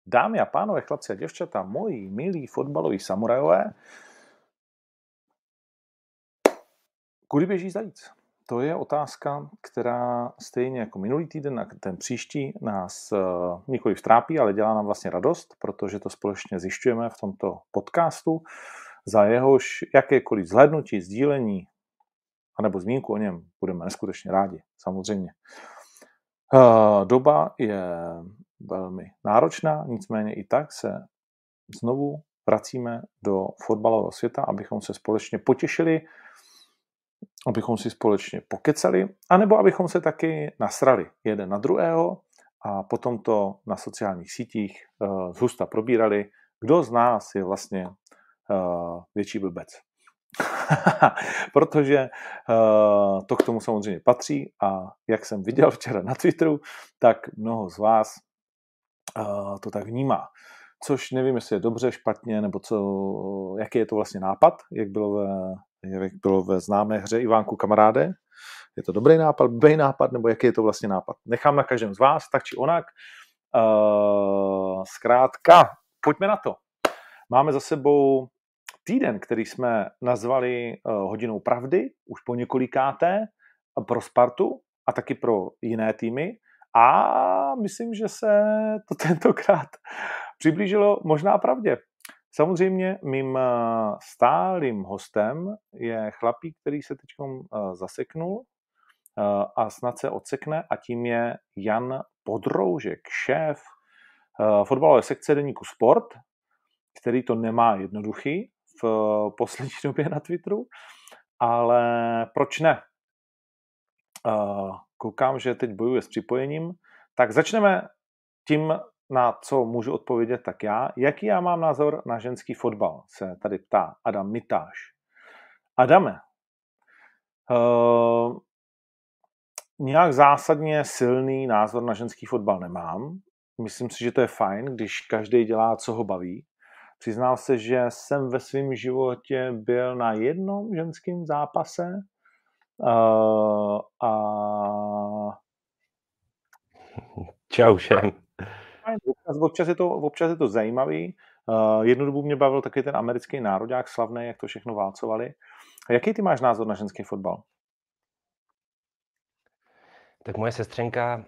Dámy a pánové, chlapci a děvčata, moji milí fotbaloví samurajové, kudy běží zajíc? To je otázka, která stejně jako minulý týden a ten příští nás nikoliv trápí, ale dělá nám vlastně radost, protože to společně zjišťujeme v tomto podcastu, za jehož jakékoliv zhlédnutí, sdílení anebo zmínku o něm budeme neskutečně rádi, samozřejmě. Doba je velmi náročná, nicméně i tak se znovu vracíme do fotbalového světa, abychom se společně potěšili, abychom si společně pokecali, anebo abychom se taky nasrali jeden na druhého a potom to na sociálních sítích zhusta probírali, kdo z nás je vlastně větší blbec. Protože to k tomu samozřejmě patří a jak jsem viděl včera na Twitteru, tak mnoho z vás to tak vnímá. Což nevím, jestli je dobře, špatně, nebo jaký je to vlastně nápad, jak bylo ve známé hře Ivánku kamaráde. Je to dobrý nápad, blbý nápad, nebo jaký je to vlastně nápad. Nechám na každém z vás, tak či onak. Zkrátka, pojďme na to. Máme za sebou týden, který jsme nazvali hodinou pravdy, už po několikáté, pro Spartu a taky pro jiné týmy. A myslím, že se to tentokrát přiblížilo možná pravdě. Samozřejmě mým stálým hostem je chlapík, který se teď zaseknul a snad se odsekne, a tím je Jan Podroužek, šéf fotbalové sekce deníku Sport, který to nemá jednoduchý v poslední době na Twitteru, ale proč ne? Koukám, že teď bojuje s připojením, tak začneme tím, na co můžu odpovědět tak já. Jaký já mám názor na ženský fotbal, se tady ptá Adam Mitáš. Adame, nějak zásadně silný názor na ženský fotbal nemám. Myslím si, že to je fajn, když každý dělá, co ho baví. Přiznám se, že jsem ve svém životě byl na jednom ženském zápase a Čau všem. Občas je to zajímavý. Jednu dobu mě bavil taky ten americký nároďák slavný, jak to všechno válcovali. A jaký ty máš názor na ženský fotbal? Tak moje sestřenka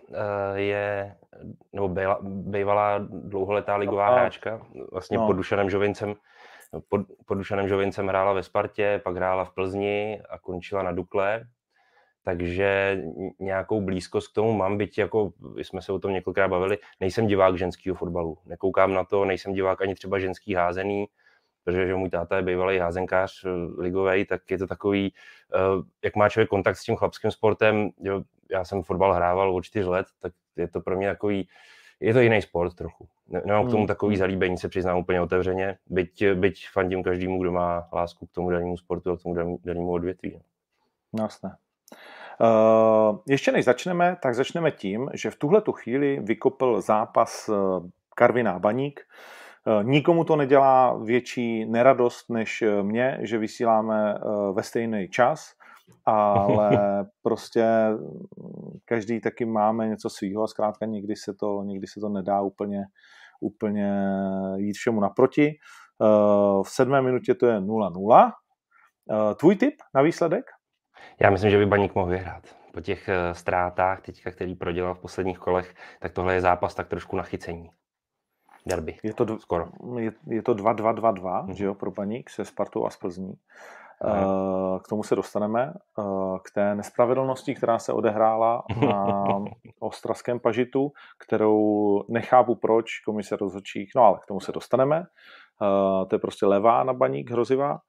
bývalá dlouholetá ligová hráčka, vlastně pod Dušanem Žovincem hrála ve Spartě, pak hrála v Plzni a končila na Dukle. Takže nějakou blízkost k tomu mám, byť jako jsme se o tom několikrát bavili, nejsem divák ženského fotbalu. Nekoukám na to, nejsem divák ani třeba ženský házený, protože můj táta je bývalý házenkář ligovej, tak je to takový, jak má člověk kontakt s tím chlapským sportem, jo, já jsem fotbal hrával od 4 let, tak je to pro mě takový, je to jiný sport trochu. Nemám k tomu takový zalíbení, se přiznám úplně otevřeně, byť fandím každému, kdo má lásku k tomu danému sportu a k tomu danému odvětví. Jasné. Ještě než začneme, tak začneme tím, že v tuhletu chvíli vykopl zápas Karviná a Baník. Nikomu to nedělá větší neradost než mě, že vysíláme ve stejný čas, ale prostě každý taky máme něco svýho a zkrátka někdy se to nedá úplně jít všemu naproti. V 7. minutě to je 0-0. Tvůj tip na výsledek? Já myslím, že by Baník mohl vyhrát. Po těch ztrátách teďka, který prodělal v posledních kolech, tak tohle je zápas tak trošku na chycení. Derby. Skoro. Je to 2-2-2-2, že jo, pro Baník se Spartou a s Plzní. K tomu se dostaneme. K té nespravedlnosti, která se odehrála na ostravském Pažitu, kterou nechápu proč komise rozhodčích, no ale k tomu se dostaneme. To je prostě levá na Baník, hrozivá.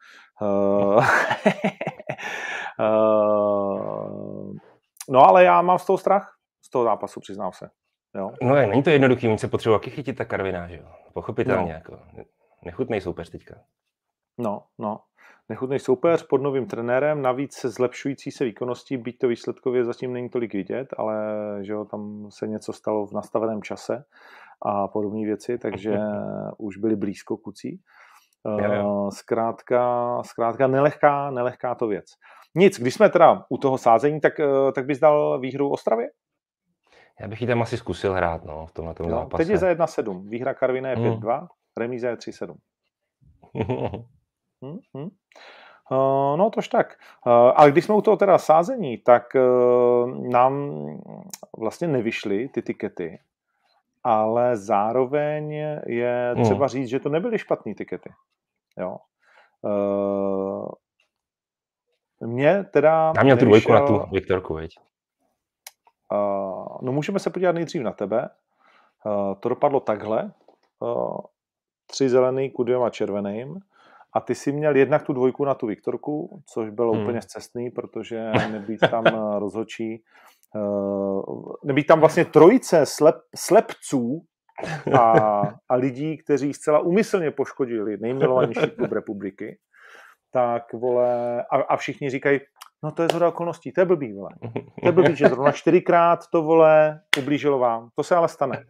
No ale já mám z toho strach, z toho zápasu, přiznám se. Jo? No není to jednoduchý, oni se potřebují taky chytit ta Karviná, že jo? Pochopitelně, jako nechutnej soupeř teďka. No. Nechutnej soupeř pod novým trenérem, navíc se zlepšující se výkonností, byť to výsledkově zatím není tolik vidět, ale že jo, tam se něco stalo v nastaveném čase a podobné věci, takže už byli blízko kucí. Zkrátka nelehká to věc. Nic, když jsme teda u toho sázení, tak bys dal výhru Ostravě? Já bych ji tam asi zkusil hrát, no, v tomhle zápase. Teď je za 1-7. Výhra Karviné je 5-2, remíza je 3-7. No tož tak. Ale když jsme u toho teda sázení, tak nám vlastně nevyšly ty tikety, ale zároveň je třeba říct, že to nebyly špatný tikety. Jo. Mě teda... Já měl tu dvojku na tu Viktorku, veď? No můžeme se podívat nejdřív na tebe. To dopadlo takhle. 3 zelený ku 2 červeným. A ty jsi měl jednak tu dvojku na tu Viktorku, což bylo úplně scestný, protože nebýt tam rozhodčí, nebýt tam vlastně trojice slepců a lidí, kteří zcela úmyslně poškodili nejmilovanější klub republiky, tak vole, a všichni říkají, no to je shoda okolností, to je blbý, vole. To je blbý, že zrovna 4krát to, vole, ublížilo vám. To se ale stane.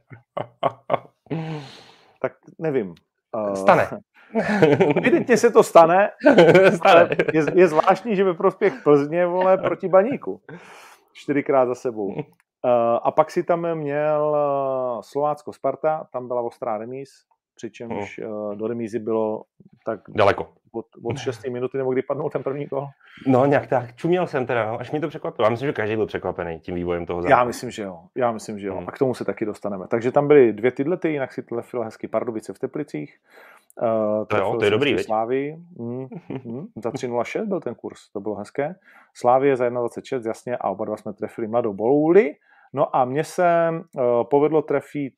Tak nevím. Stane. Evidentně se to stane. Je zvláštní, že ve prospěch Plzně, vole, proti Baníku. 4krát za sebou. A pak si tam měl Slovácko-Sparta, tam byla ostrá remíz, přičemž do remízy bylo tak daleko. Od 6. minuty, nebo kdy padnul ten první gól? No nějak tak, čuměl jsem teda, no, až mi to překvapilo. Já myslím, že každý byl překvapený tím vývojem toho zápasu. Já myslím, že jo. A k tomu se taky dostaneme. Takže tam byly 2 tyhlety, jinak si trefil hezky Pardubice v Teplicích. To je dobrý, Slávii. Za 3,06 byl ten kurz, to bylo hezké. Slávie za 1,26, jasně, a oba dva jsme trefili Mladou Bolouli. No a mně se povedlo trefit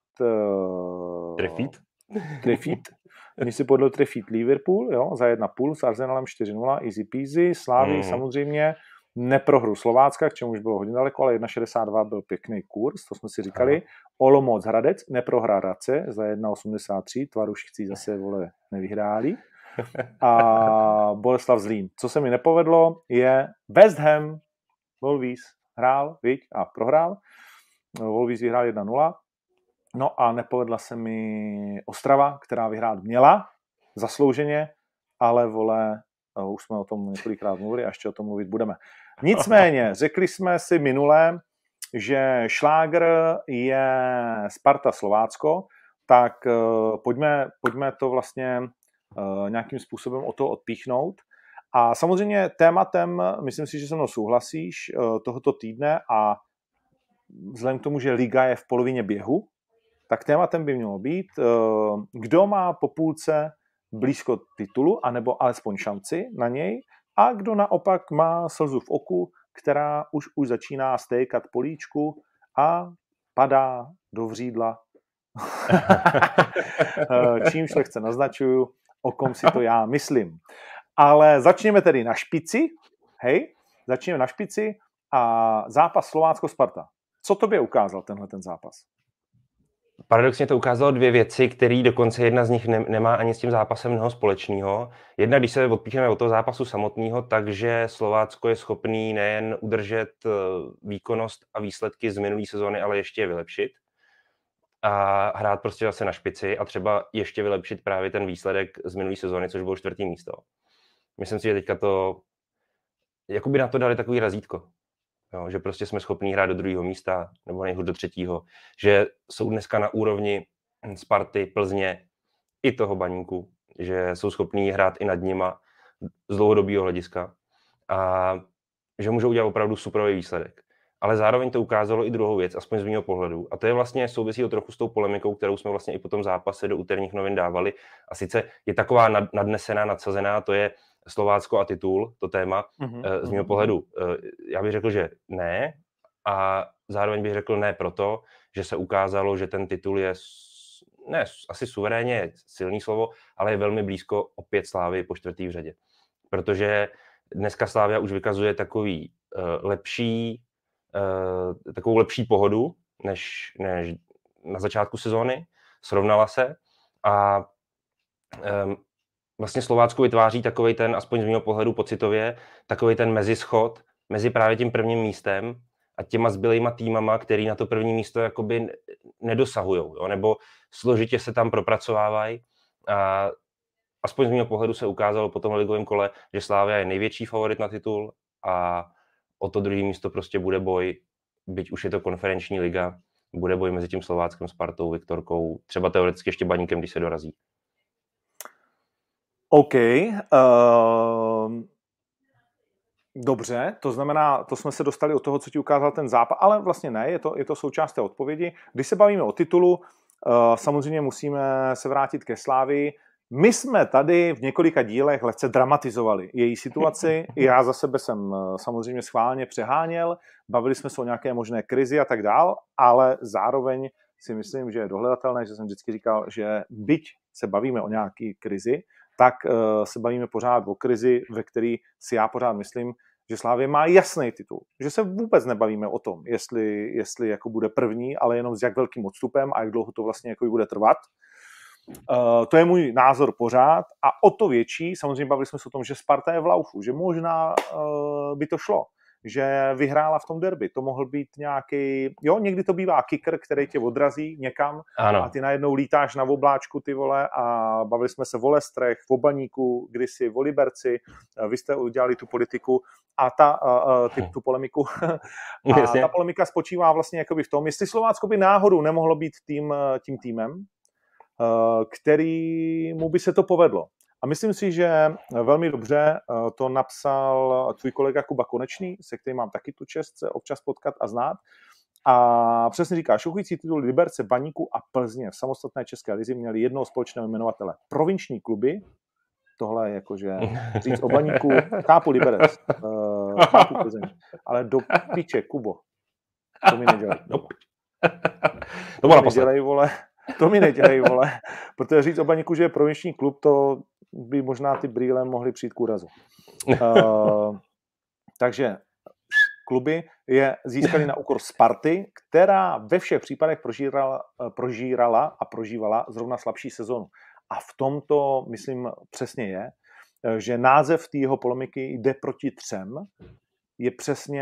Mně si povedlo trefit Liverpool, jo, za 1,5 s Arsenalem 4-0, easy peasy. Slávii samozřejmě neprohru Slovácka, k čemu už bylo hodně daleko, ale 1,62 byl pěkný kurz, to jsme si říkali. Olomouc Hradec, neprohra Hradce za 1,83, Tvarušíci zase, vole, nevyhráli. A Boleslav Zlín. Co se mi nepovedlo, je West Ham, Wolves hrál, viď, a prohrál. Wolves vyhrál 1-0. No a nepovedla se mi Ostrava, která vyhrát měla zaslouženě, ale vole, už jsme o tom několikrát mluvili a ještě o tom mluvit budeme. Nicméně, řekli jsme si minule, že šlágr je Sparta Slovácko, tak pojďme to vlastně nějakým způsobem o to odpíchnout. A samozřejmě tématem, myslím si, že se mnou souhlasíš, tohoto týdne a vzhledem k tomu, že liga je v polovině běhu, tak tématem by mělo být, kdo má po půlce blízko titulu, anebo alespoň šanci na něj, a kdo naopak má slzu v oku, která už začíná stékat políčku a padá do vřídla. Čímž lehce naznačuju, o kom si to já myslím. Ale začněme tedy na špici. Začněme na špici a zápas Slovácko-Sparta. Co tobě ukázal tenhle ten zápas? Paradoxně to ukázalo 2 věci, které dokonce jedna z nich nemá ani s tím zápasem mnoho společného. Jedna, když se odpíchneme od toho zápasu samotného, takže Slovácko je schopný nejen udržet výkonnost a výsledky z minulé sezóny, ale ještě je vylepšit. A hrát prostě zase na špici a třeba ještě vylepšit právě ten výsledek z minulé sezóny, což bylo 4. místo. Myslím si, že teďka to, jakoby na to dali takový razítko. Jo, že prostě jsme schopní hrát do 2. místa nebo nejhůř do 3. Že jsou dneska na úrovni Sparty, Plzně i toho Baníku, že jsou schopní hrát i nad nima z dlouhodobého hlediska a že můžou udělat opravdu superový výsledek. Ale zároveň to ukázalo i druhou věc, aspoň z mého pohledu. A to je vlastně souvisí trochu s tou polemikou, kterou jsme vlastně i po tom zápase do úterních novin dávali. A sice je taková nadnesená, nadsazená, to je Slovácko a titul, to téma, z mého pohledu. Já bych řekl, že ne, a zároveň bych řekl ne proto, že se ukázalo, že ten titul je, ne, asi suverénně je silný slovo, ale je velmi blízko opět Slávy po 4. v řadě. Protože dneska Slávia už vykazuje takový takovou lepší pohodu, než na začátku sezóny, srovnala se a vlastně Slovácko vytváří takovej ten, aspoň z mého pohledu pocitově, takovej ten mezischod mezi právě tím 1. místem a těma zbylejma týmama, který na to 1. místo jakoby nedosahujou, jo? Nebo složitě se tam propracovávají. A aspoň z mého pohledu se ukázalo po tom ligovém kole, že Slavia je největší favorit na titul a o to 2. místo prostě bude boj, byť už je to konferenční liga bude boj mezi tím Slováckem, Spartou, Viktorkou, třeba teoreticky ještě Baníkem, když se dorazí. OK. Dobře, to znamená, to jsme se dostali od toho, co ti ukázal ten zápas, ale vlastně ne, je to součást té odpovědi. Když se bavíme o titulu, samozřejmě musíme se vrátit ke Slávii. My jsme tady v několika dílech lehce dramatizovali její situaci. Já za sebe jsem samozřejmě schválně přeháněl, bavili jsme se o nějaké možné krizi a tak dál, ale zároveň si myslím, že je dohledatelné, že jsem vždycky říkal, že byť se bavíme o nějaké krizi, tak se bavíme pořád o krizi, ve které si já pořád myslím, že Slavia má jasný titul. Že se vůbec nebavíme o tom, jestli jako bude první, ale jenom s jak velkým odstupem a jak dlouho to vlastně jako bude trvat. To je můj názor pořád a o to větší, samozřejmě bavili jsme se o tom, že Sparta je v laufu, že možná by to šlo, že vyhrála v tom derby. To mohl být nějaký, jo, někdy to bývá kicker, který tě odrazí někam. Ano. A ty najednou lítáš na obláčku, ty vole, a bavili jsme se o Lestrech, o Baníku, kdysi o Liberci, vy jste udělali tu politiku a tu polemiku. A ta polemika spočívá vlastně jakoby v tom, jestli Slovácko by náhodou nemohlo být tím týmem, kterýmu by se to povedlo. A myslím si, že velmi dobře to napsal tvůj kolega Kuba Konečný, se kterým mám taky tu čest se občas potkat a znát. A přesně říká, šokující titul Liberce, Baníku a Plzně v samostatné české lize měli jednoho společného jmenovatele. Provinční kluby, tohle je jakože říct o Baníku, chápu Liberec, chápu Plzeň, ale do piče, Kubo, to mi nedělej. To mi nedělej, vole, protože říct o Baníku, že je provinční klub, to by možná ty brýle mohly přijít k úrazu. Takže kluby je získali na úkor Sparty, která ve všech případech prožírala a prožívala zrovna slabší sezonu. A v tomto, myslím, přesně je, že název té jeho polemiky Jde proti třem je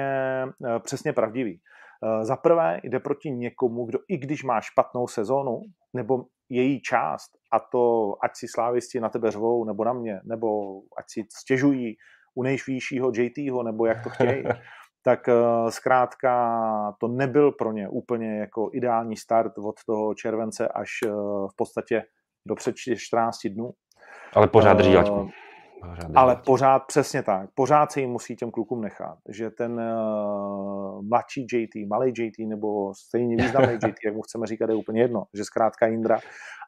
přesně pravdivý. Za prvé jde proti někomu, kdo i když má špatnou sezónu, nebo její část, a to ať si slávisti na tebe řvou, nebo na mě, nebo ať si stěžují u nejvyššího JTho, nebo jak to chtějí, tak zkrátka to nebyl pro ně úplně jako ideální start od toho července až v podstatě do před 14 dnů. Ale pořád drží laťku. Ale pořád, přesně tak, pořád se jim musí těm klukům nechat, že ten mladší JT, malej JT nebo stejně významný JT, jak mu chceme říkat, je úplně jedno, že zkrátka Jindra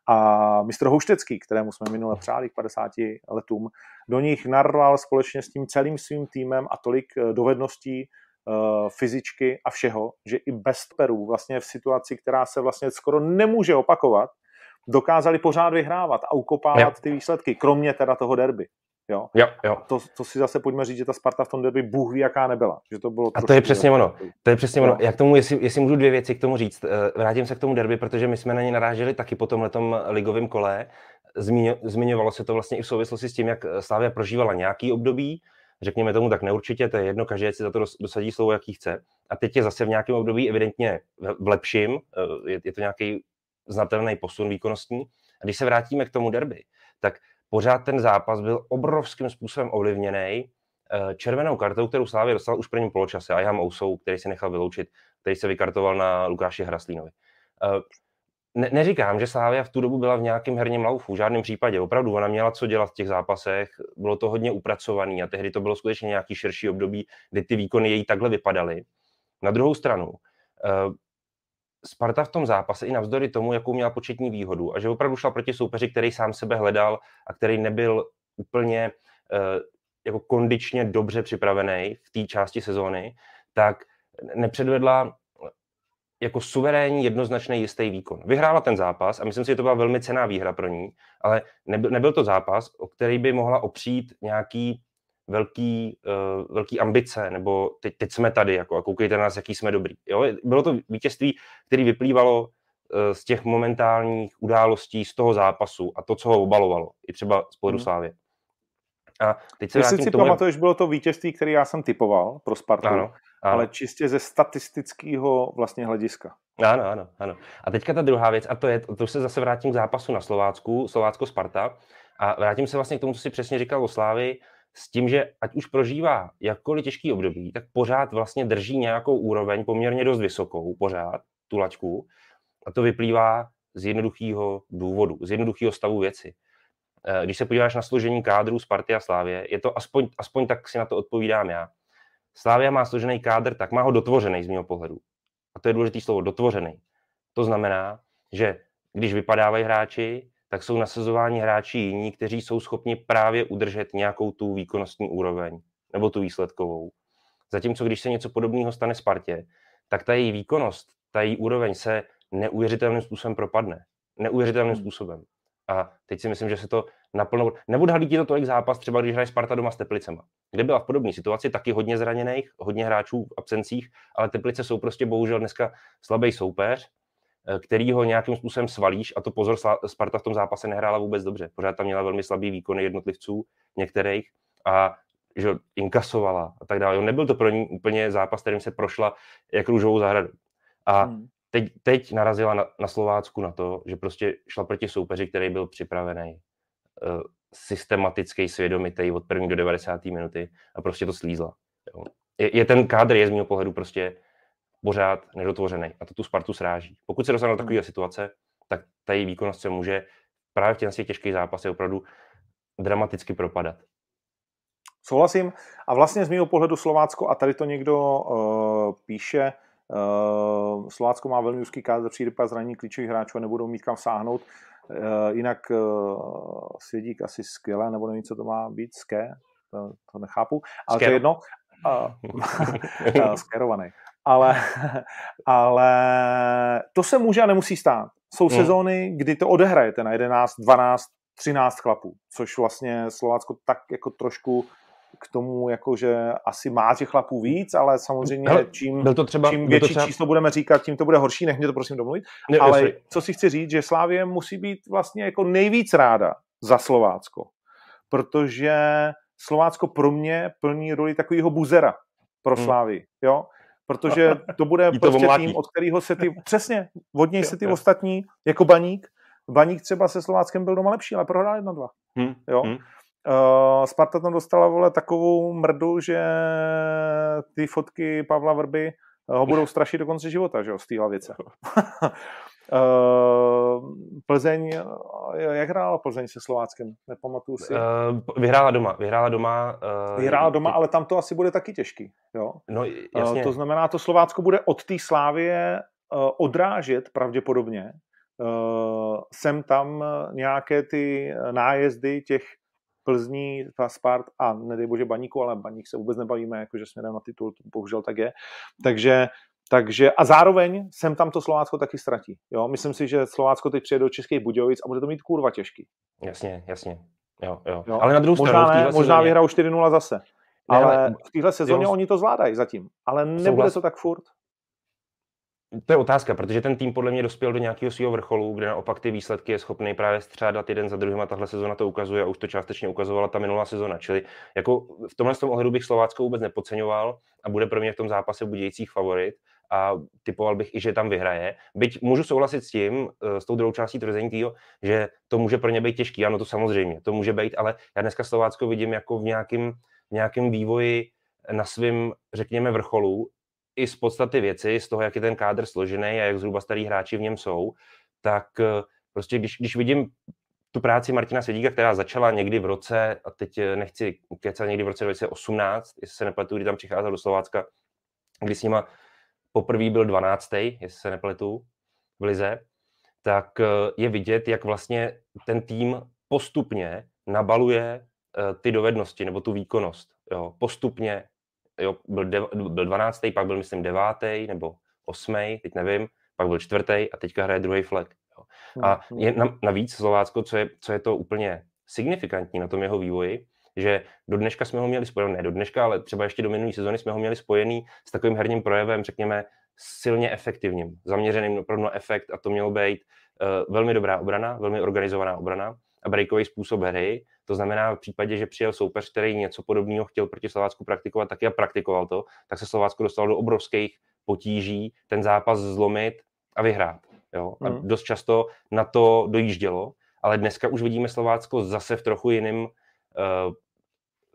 a mistr Houštecký, kterému jsme minule přáli k 50 letům, do nich narval společně s tím celým svým týmem a tolik dovedností, fyzičky a všeho, že i bez perů vlastně v situaci, která se vlastně skoro nemůže opakovat, dokázali pořád vyhrávat a ukopávat ty výsledky, kromě teda toho derby. Jo. To si zase pojďme říct, že ta Sparta v tom derby Bůh ví, jaká nebyla. Že to bylo a to je přesně ono. To je přesně ono. Jak tomu, jestli můžu 2 věci k tomu říct. Vrátím se k tomu derby, protože my jsme na ně naráželi taky po tomhletom ligovém kole. Zmiňovalo se to vlastně i v souvislosti s tím, jak Slavia prožívala nějaký období. Řekněme tomu tak neurčitě, to je jedno, každý si za to dosadí slovo, jaký chce. A teď je zase v nějakém období evidentně v lepším. Je to nějaký znatelný posun výkonnostní. A když se vrátíme k tomu derby, tak pořád ten zápas byl obrovským způsobem ovlivněný červenou kartou, kterou Slavia dostal už v prvním poločase, a Jam Ousou, který se nechal vyloučit, který se vykartoval na Lukáši Hraslínovi. Neříkám, že Slavia v tu dobu byla v nějakém herním laufu, v žádném případě. Opravdu ona měla co dělat v těch zápasech, bylo to hodně upracované a tehdy to bylo skutečně nějaký širší období, kdy ty výkony její takhle vypadaly. Na druhou stranu, Sparta v tom zápase i navzdory tomu, jakou měla početní výhodu a že opravdu šla proti soupeři, který sám sebe hledal a který nebyl úplně jako kondičně dobře připravený v té části sezóny, tak nepředvedla jako suverénní, jednoznačný, jistý výkon. Vyhrála ten zápas a myslím si, že to byla velmi cenná výhra pro ní, ale nebyl to zápas, o který by mohla opřít nějaký velký ambice, nebo teď jsme tady, jako, a koukejte na nás, jaký jsme dobrý. Jo? Bylo to vítězství, které vyplývalo z těch momentálních událostí z toho zápasu a to, co ho obalovalo, i třeba z pohledu Slávie. A teď se vrátím k tomu. Pamatuješ, bylo to vítězství, které já jsem typoval pro Spartu, ano. Ale čistě ze statistického vlastně hlediska. Ano. A teďka ta druhá věc, a to se zase vrátím k zápasu na Slovácku, Slovácko-Sparta, a vrátím se vlastně k tomu, co si přesně říkal o Slávii, s tím, že ať už prožívá jakkoliv těžký období, tak pořád vlastně drží nějakou úroveň poměrně dost vysokou, pořád, tu laťku a to vyplývá z jednoduchého důvodu, z jednoduchého stavu věci. Když se podíváš na složení kádru Sparty a Slavie, je to aspoň tak si na to odpovídám já. Slavia má složený kádr, tak má ho dotvořený z mého pohledu. A to je důležité slovo, dotvořený. To znamená, že když vypadávají hráči, tak jsou nasazováni hráči jiní, kteří jsou schopni právě udržet nějakou tu výkonnostní úroveň nebo tu výsledkovou. Zatímco když se něco podobného stane Spartě, tak ta její výkonnost, ta její úroveň se neuvěřitelným způsobem propadne. Neuvěřitelným způsobem. A teď si myslím, že se to naplno... Neodhalí ti to tolik zápas, třeba když hraje Sparta doma s Teplicema, kde byla v podobné situaci, taky hodně zraněných, hodně hráčů v absencích, ale Teplice jsou prostě bohužel dneska slabý soupeř, který ho nějakým způsobem svalíš, a to pozor, Sparta v tom zápase nehrála vůbec dobře. Pořád tam měla velmi slabý výkony jednotlivců některých a že inkasovala a tak dále. Nebyl to pro ní úplně zápas, kterým se prošla jak růžovou zahradu. A teď narazila na Slovácku na to, že prostě šla proti soupeři, který byl připravený, systematický, svědomitý od první do 90. minuty a prostě to slízla. Jo. Je ten kádr je z mého pohledu prostě pořád nedotvořený a to tu Spartu sráží. Pokud se dostane do takové situace, tak ta její výkonnost se může právě v těch těžkých zápasech opravdu dramaticky propadat. Souhlasím. A vlastně z mého pohledu Slovácko, a tady to někdo píše, Slovácko má velmi úzký kádr, přijde pár zranění klíčových hráčů a nebudou mít kam sáhnout. Jinak Svědík asi skvěle, nebo nevím, co to má být, to nechápu, ale to je jedno. Skérovaný. Ale to se může a nemusí stát. Jsou sezóny, kdy to odehraje na 11, 12, 13 chlapů, což vlastně Slovácko tak jako trošku k tomu, jakože asi má těch chlapů víc, ale samozřejmě čím větší číslo budeme říkat, tím to bude horší, nech mě to prosím domluvit. Ale co si chci říct, že Slavie musí být vlastně jako nejvíc ráda za Slovácko, protože Slovácko pro mě plní roli takového buzera pro Slavii, jo? Protože to bude prostě tým, od kterého se přesně, od něj se ty ostatní, jako Baník třeba se Slováckem byl doma lepší, ale prohrál 1-2, jo? Sparta tam dostala, takovou mrdu, že ty fotky Pavla Vrby ho budou strašit do konce života, že jo, z té Lavice. Plzeň, jak hrála Plzeň se Slováckem? Nepamatuju si. Vyhrála doma, ale tam to asi bude taky těžký. Jo? No, jasně. To znamená, to Slovácko bude od té Slávie odrážet pravděpodobně sem tam nějaké ty nájezdy těch Plzní, Spart a nedej bože Baníku, ale Baník se vůbec nebavíme, jakože směrem na titul, bohužel tak je. Takže a zároveň sem tam to Slovácko taky ztratí. Jo? Myslím si, že Slovácko teď přijede do Českých Budějovic a bude to mít kurva těžký. Jasně. Jo. Ale na druhou stranu... Možná vyhrajou 4-0 zase. Ale v téhle sezóně oni to zvládají zatím. Ale nebude to tak furt. To je otázka, protože ten tým podle mě dospěl do nějakého svého vrcholu, kde naopak ty výsledky je schopný právě střádat jeden za druhým a tahle sezona to ukazuje a už to částečně ukazovala ta minulá sezona. Čili jako v tomhle ohledu bych Slovácko vůbec nepodceňoval a bude pro mě v tom zápase Budějcích favorit a typoval bych i, že tam vyhraje. Byť můžu souhlasit s tou druhou částí tvrzení týho, že to může pro ně být těžký. Ano, to samozřejmě, to může být, ale já dneska Slovácko vidím jako v nějakém vývoji na svým, řekněme, vrcholu, i z podstaty věci, z toho, jak je ten kádr složený a jak zhruba starý hráči v něm jsou, tak prostě když vidím tu práci Martina Svědíka, která začala někdy v roce, a teď nechci kecat, někdy v roce 2018, jestli se nepletu, kdy tam přicházel do Slovácka, kdy s nima poprvé byl 12., jestli se nepletu, v lize, tak je vidět, jak vlastně ten tým postupně nabaluje ty dovednosti nebo tu výkonnost. Jo, postupně. Jo, byl 12., pak byl, myslím, 9. nebo 8., teď nevím, pak byl 4. a teďka hraje druhý flag. Jo. A je navíc Slovácko, co je to úplně signifikantní na tom jeho vývoji, že do dneška jsme ho měli spojený, ne do dneška, ale třeba ještě do minulé sezony jsme ho měli spojený s takovým herním projevem, řekněme, silně efektivním, zaměřeným opravdu na efekt a to mělo být velmi dobrá obrana, velmi organizovaná obrana a breakový způsob hry. To znamená v případě, že přijel soupeř, který něco podobného chtěl proti Slovácku praktikovat taky a praktikoval to, tak se Slovácko dostalo do obrovských potíží ten zápas zlomit a vyhrát. Jo? A dost často na to dojíždělo, ale dneska už vidíme Slovácko zase v trochu jiném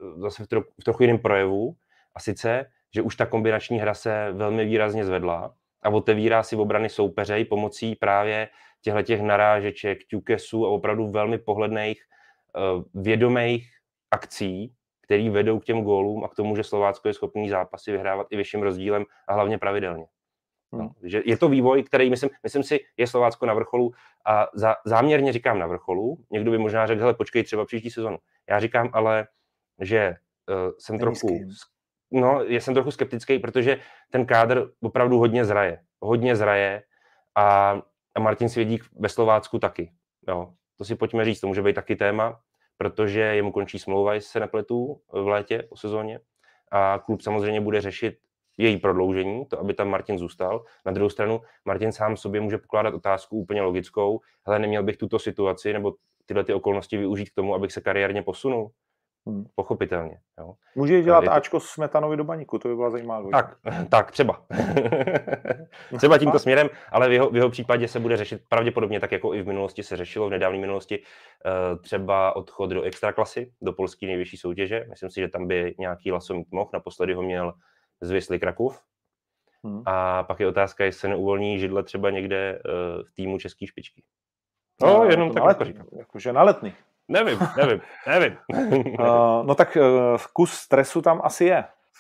projevu a sice, že už ta kombinační hra se velmi výrazně zvedla a otevírá si obrany soupeře pomocí právě těchto narážeček, ťukesů a opravdu velmi pohledných, vědomých akcí, které vedou k těm gólům a k tomu, že Slovácko je schopný zápasy vyhrávat i vyšším rozdílem a hlavně pravidelně. No, že je to vývoj, který myslím si, je Slovácko na vrcholu a záměrně říkám na vrcholu. Někdo by možná řekl, hele, počkej, třeba příští sezonu. Já říkám ale, že jsem trochu skeptický, protože ten kádr opravdu hodně zraje a Martin Svědík ve Slovácku taky. Jo, to si pojďme říct, to může být taky téma, protože jemu končí smlouva, jestli se nepletu, v létě po sezóně a klub samozřejmě bude řešit její prodloužení, to, aby tam Martin zůstal. Na druhou stranu, Martin sám sobě může pokládat otázku úplně logickou, hele, neměl bych tuto situaci nebo tyhle ty okolnosti využít k tomu, abych se kariérně posunul? Pochopitelně. Jo. Může dělat Ačko Smetanovi do baníku, to by byla zajímavá. Tak třeba. Třeba tímto směrem, ale v jeho případě se bude řešit pravděpodobně tak, jako i v minulosti se řešilo, v nedávné minulosti, třeba odchod do extraklasy, do polské nejvyšší soutěže. Myslím si, že tam by nějaký laso mít mohl. Naposledy ho měl z Wisly Kraków. A pak je otázka, jestli se neuvolní židle třeba někde v týmu české špičky. No, jenom tak jako říkám. Jakože na Letný. Nevím. No tak kus stresu tam asi je.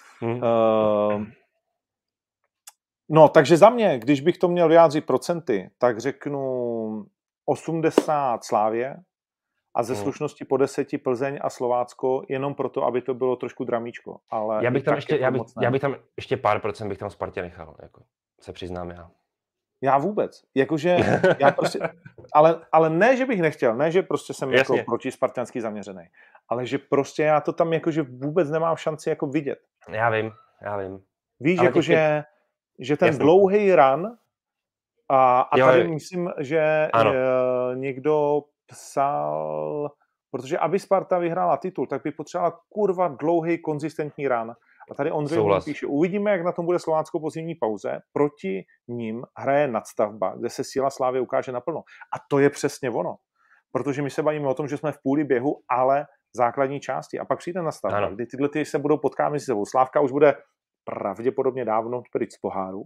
No, takže za mě, když bych to měl vyjádřit procenty, tak řeknu 80 Slávě a ze slušnosti po 10 Plzeň a Slovácko, jenom proto, aby to bylo trošku dramíčko. Ale já bych tam ještě pár procent bych tam Spartě nechal, jako se přiznám já. Já vůbec. Jakože, já prostě, ale ne, že bych nechtěl, ne, že prostě jsem jako proti spartanský zaměřený, ale že prostě já to tam jakože vůbec nemám šanci jako vidět. Já vím. Víš, jakože že ten dlouhý run a tady myslím, že někdo psal, protože aby Sparta vyhrála titul, tak by potřebovala kurva dlouhý, konzistentní run. A tady Ondřej píše, uvidíme, jak na tom bude Slovácko po zimní pauze. Proti ním hraje nadstavba, kde se síla Slávy ukáže naplno. A to je přesně ono. Protože my se bavíme o tom, že jsme v půli běhu, ale základní části. A pak přijde nadstavba, kdy tyhle ty se budou potkávat mezi sebou. Slávka už bude pravděpodobně dávno pryč z poháru.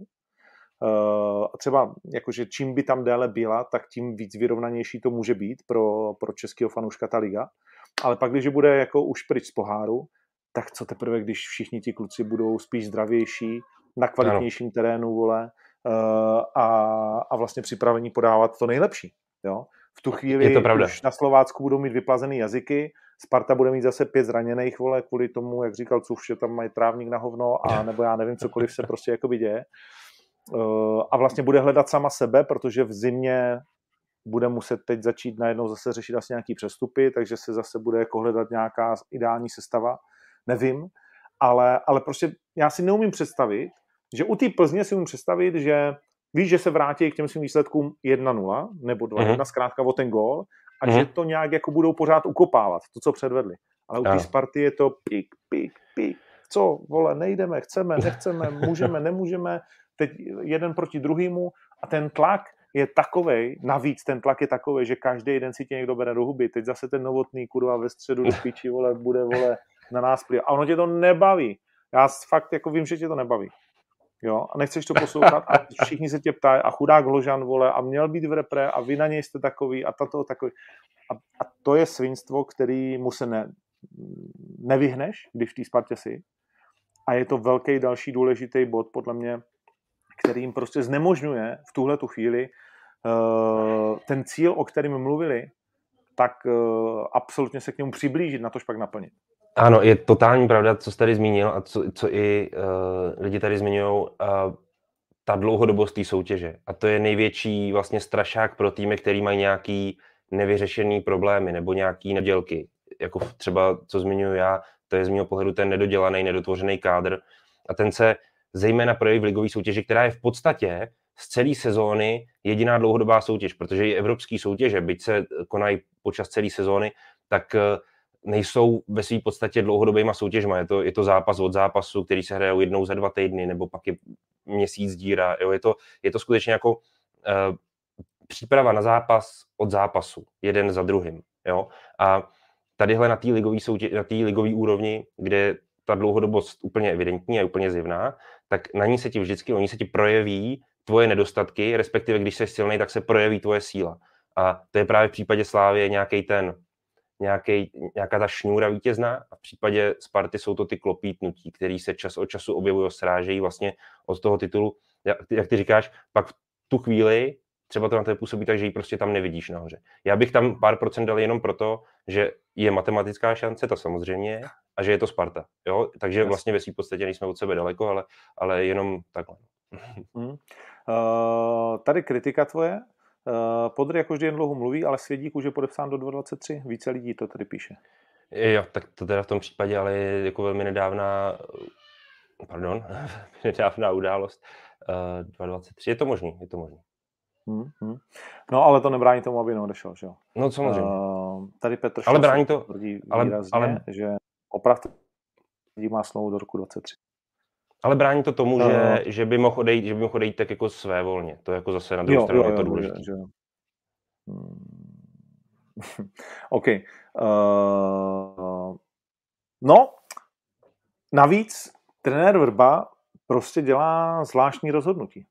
Třeba jakože čím by tam déle byla, tak tím víc vyrovnanější to může být pro českého fanouška ta liga. Ale pak, když bude jako už pryč z poháru, tak co teprve, když všichni ti kluci budou spíš zdravější, na kvalitnějším terénu, vole, a vlastně připravení podávat to nejlepší. Jo? V tu chvíli už na Slovácku budou mít vyplazený jazyky, Sparta bude mít zase 5 zraněných, vole, kvůli tomu, jak říkal Cuf, že tam mají trávník na hovno, a nebo já nevím, cokoliv se prostě jakoby děje. A vlastně bude hledat sama sebe, protože v zimě bude muset teď začít najednou zase řešit asi nějaký přestupy, takže se zase bude jako hledat nějaká ideální sestava. Nevím, ale prostě já si neumím představit, že u té Plzně si umím představit, že víš, že se vrátí k těm svým výsledkům 1-0 nebo 2-1, zkrátka o ten gól, a že to nějak jako budou pořád ukopávat, to, co předvedli. Ale u té Sparty je to pik. Co, vole, nejdeme, chceme, nechceme, můžeme, nemůžeme, teď jeden proti druhému a ten tlak je takovej, navíc ten tlak je takovej, že každý den si tě někdo bere do huby. Teď zase ten Novotný, kurva, ve středu do piči, vole, bude, vole, na nás plývat. A ono tě to nebaví. Já fakt jako vím, že tě to nebaví. Jo, a nechceš to poslouchat a všichni se tě ptají a chudák Hložan, vole, a měl být v repre a vy na něj jste takový a tato takový. A to je svinstvo, který mu se nevyhneš, když v té Spartě si. A je to velký další důležitý bod, podle mě, který jim prostě znemožňuje v tuhletu chvíli ten cíl, o kterém mluvili, tak absolutně se k němu přiblížit, na tož pak naplnit. Ano, je totální pravda, co jsi tady zmínil a co i lidi tady zmiňují, ta dlouhodobost té soutěže. A to je největší vlastně strašák pro týmy, který mají nějaký nevyřešený problémy nebo nějaký nedělky. Jako třeba, co zmiňuji já, to je z mého pohledu ten nedodělaný, nedotvořený kádr. A ten se zejména projeví v ligové soutěži, která je v podstatě z celé sezóny jediná dlouhodobá soutěž, protože i evropské soutěže, byť se konají počas celé sezóny, tak nejsou ve své podstatě dlouhodobýma soutěžma. Je to zápas od zápasu, který se hraje jednou za 2 týdny, nebo pak je měsíc díra. Jo? Je to skutečně jako příprava na zápas od zápasu, jeden za druhým. Jo? A tadyhle na té ligové úrovni, kde ta dlouhodobost úplně evidentní a úplně zjevná, tak oni se ti projeví tvoje nedostatky, respektive když jsi silný, tak se projeví tvoje síla. A to je právě v případě Slávie nějaká ta šňůra vítězná a v případě Sparty jsou to ty klopítnutí, který se čas od času objevují, srážejí vlastně od toho titulu. Jak ty říkáš, pak v tu chvíli třeba to na tebe působí tak, že ji prostě tam nevidíš nahoře. Já bych tam pár procent dal jenom proto, že je matematická šance, to samozřejmě je, a že je to Sparta. Jo? Takže vlastně ve svým podstatě nejsme od sebe daleko, ale jenom takhle. Tady kritika tvoje. Podry jako vždy jen dlouho mluví, ale Svědík už je podepsán do 2023. Více lidí to tady píše. Jo, tak to teda v tom případě, ale je jako velmi nedávná událost. 2023. Je to možný. No, ale to nebrání tomu, aby neodešel, že jo? No, samozřejmě. Tady Petr ale brání to, tvrdí výrazně, že opravdu lidí má smlouvu do roku 2023. Ale brání to tomu, že by mohl odejít tak jako svévolně. To jako zase na druhou stranu je to důležité. OK. No, navíc trenér Vrba prostě dělá zvláštní rozhodnutí.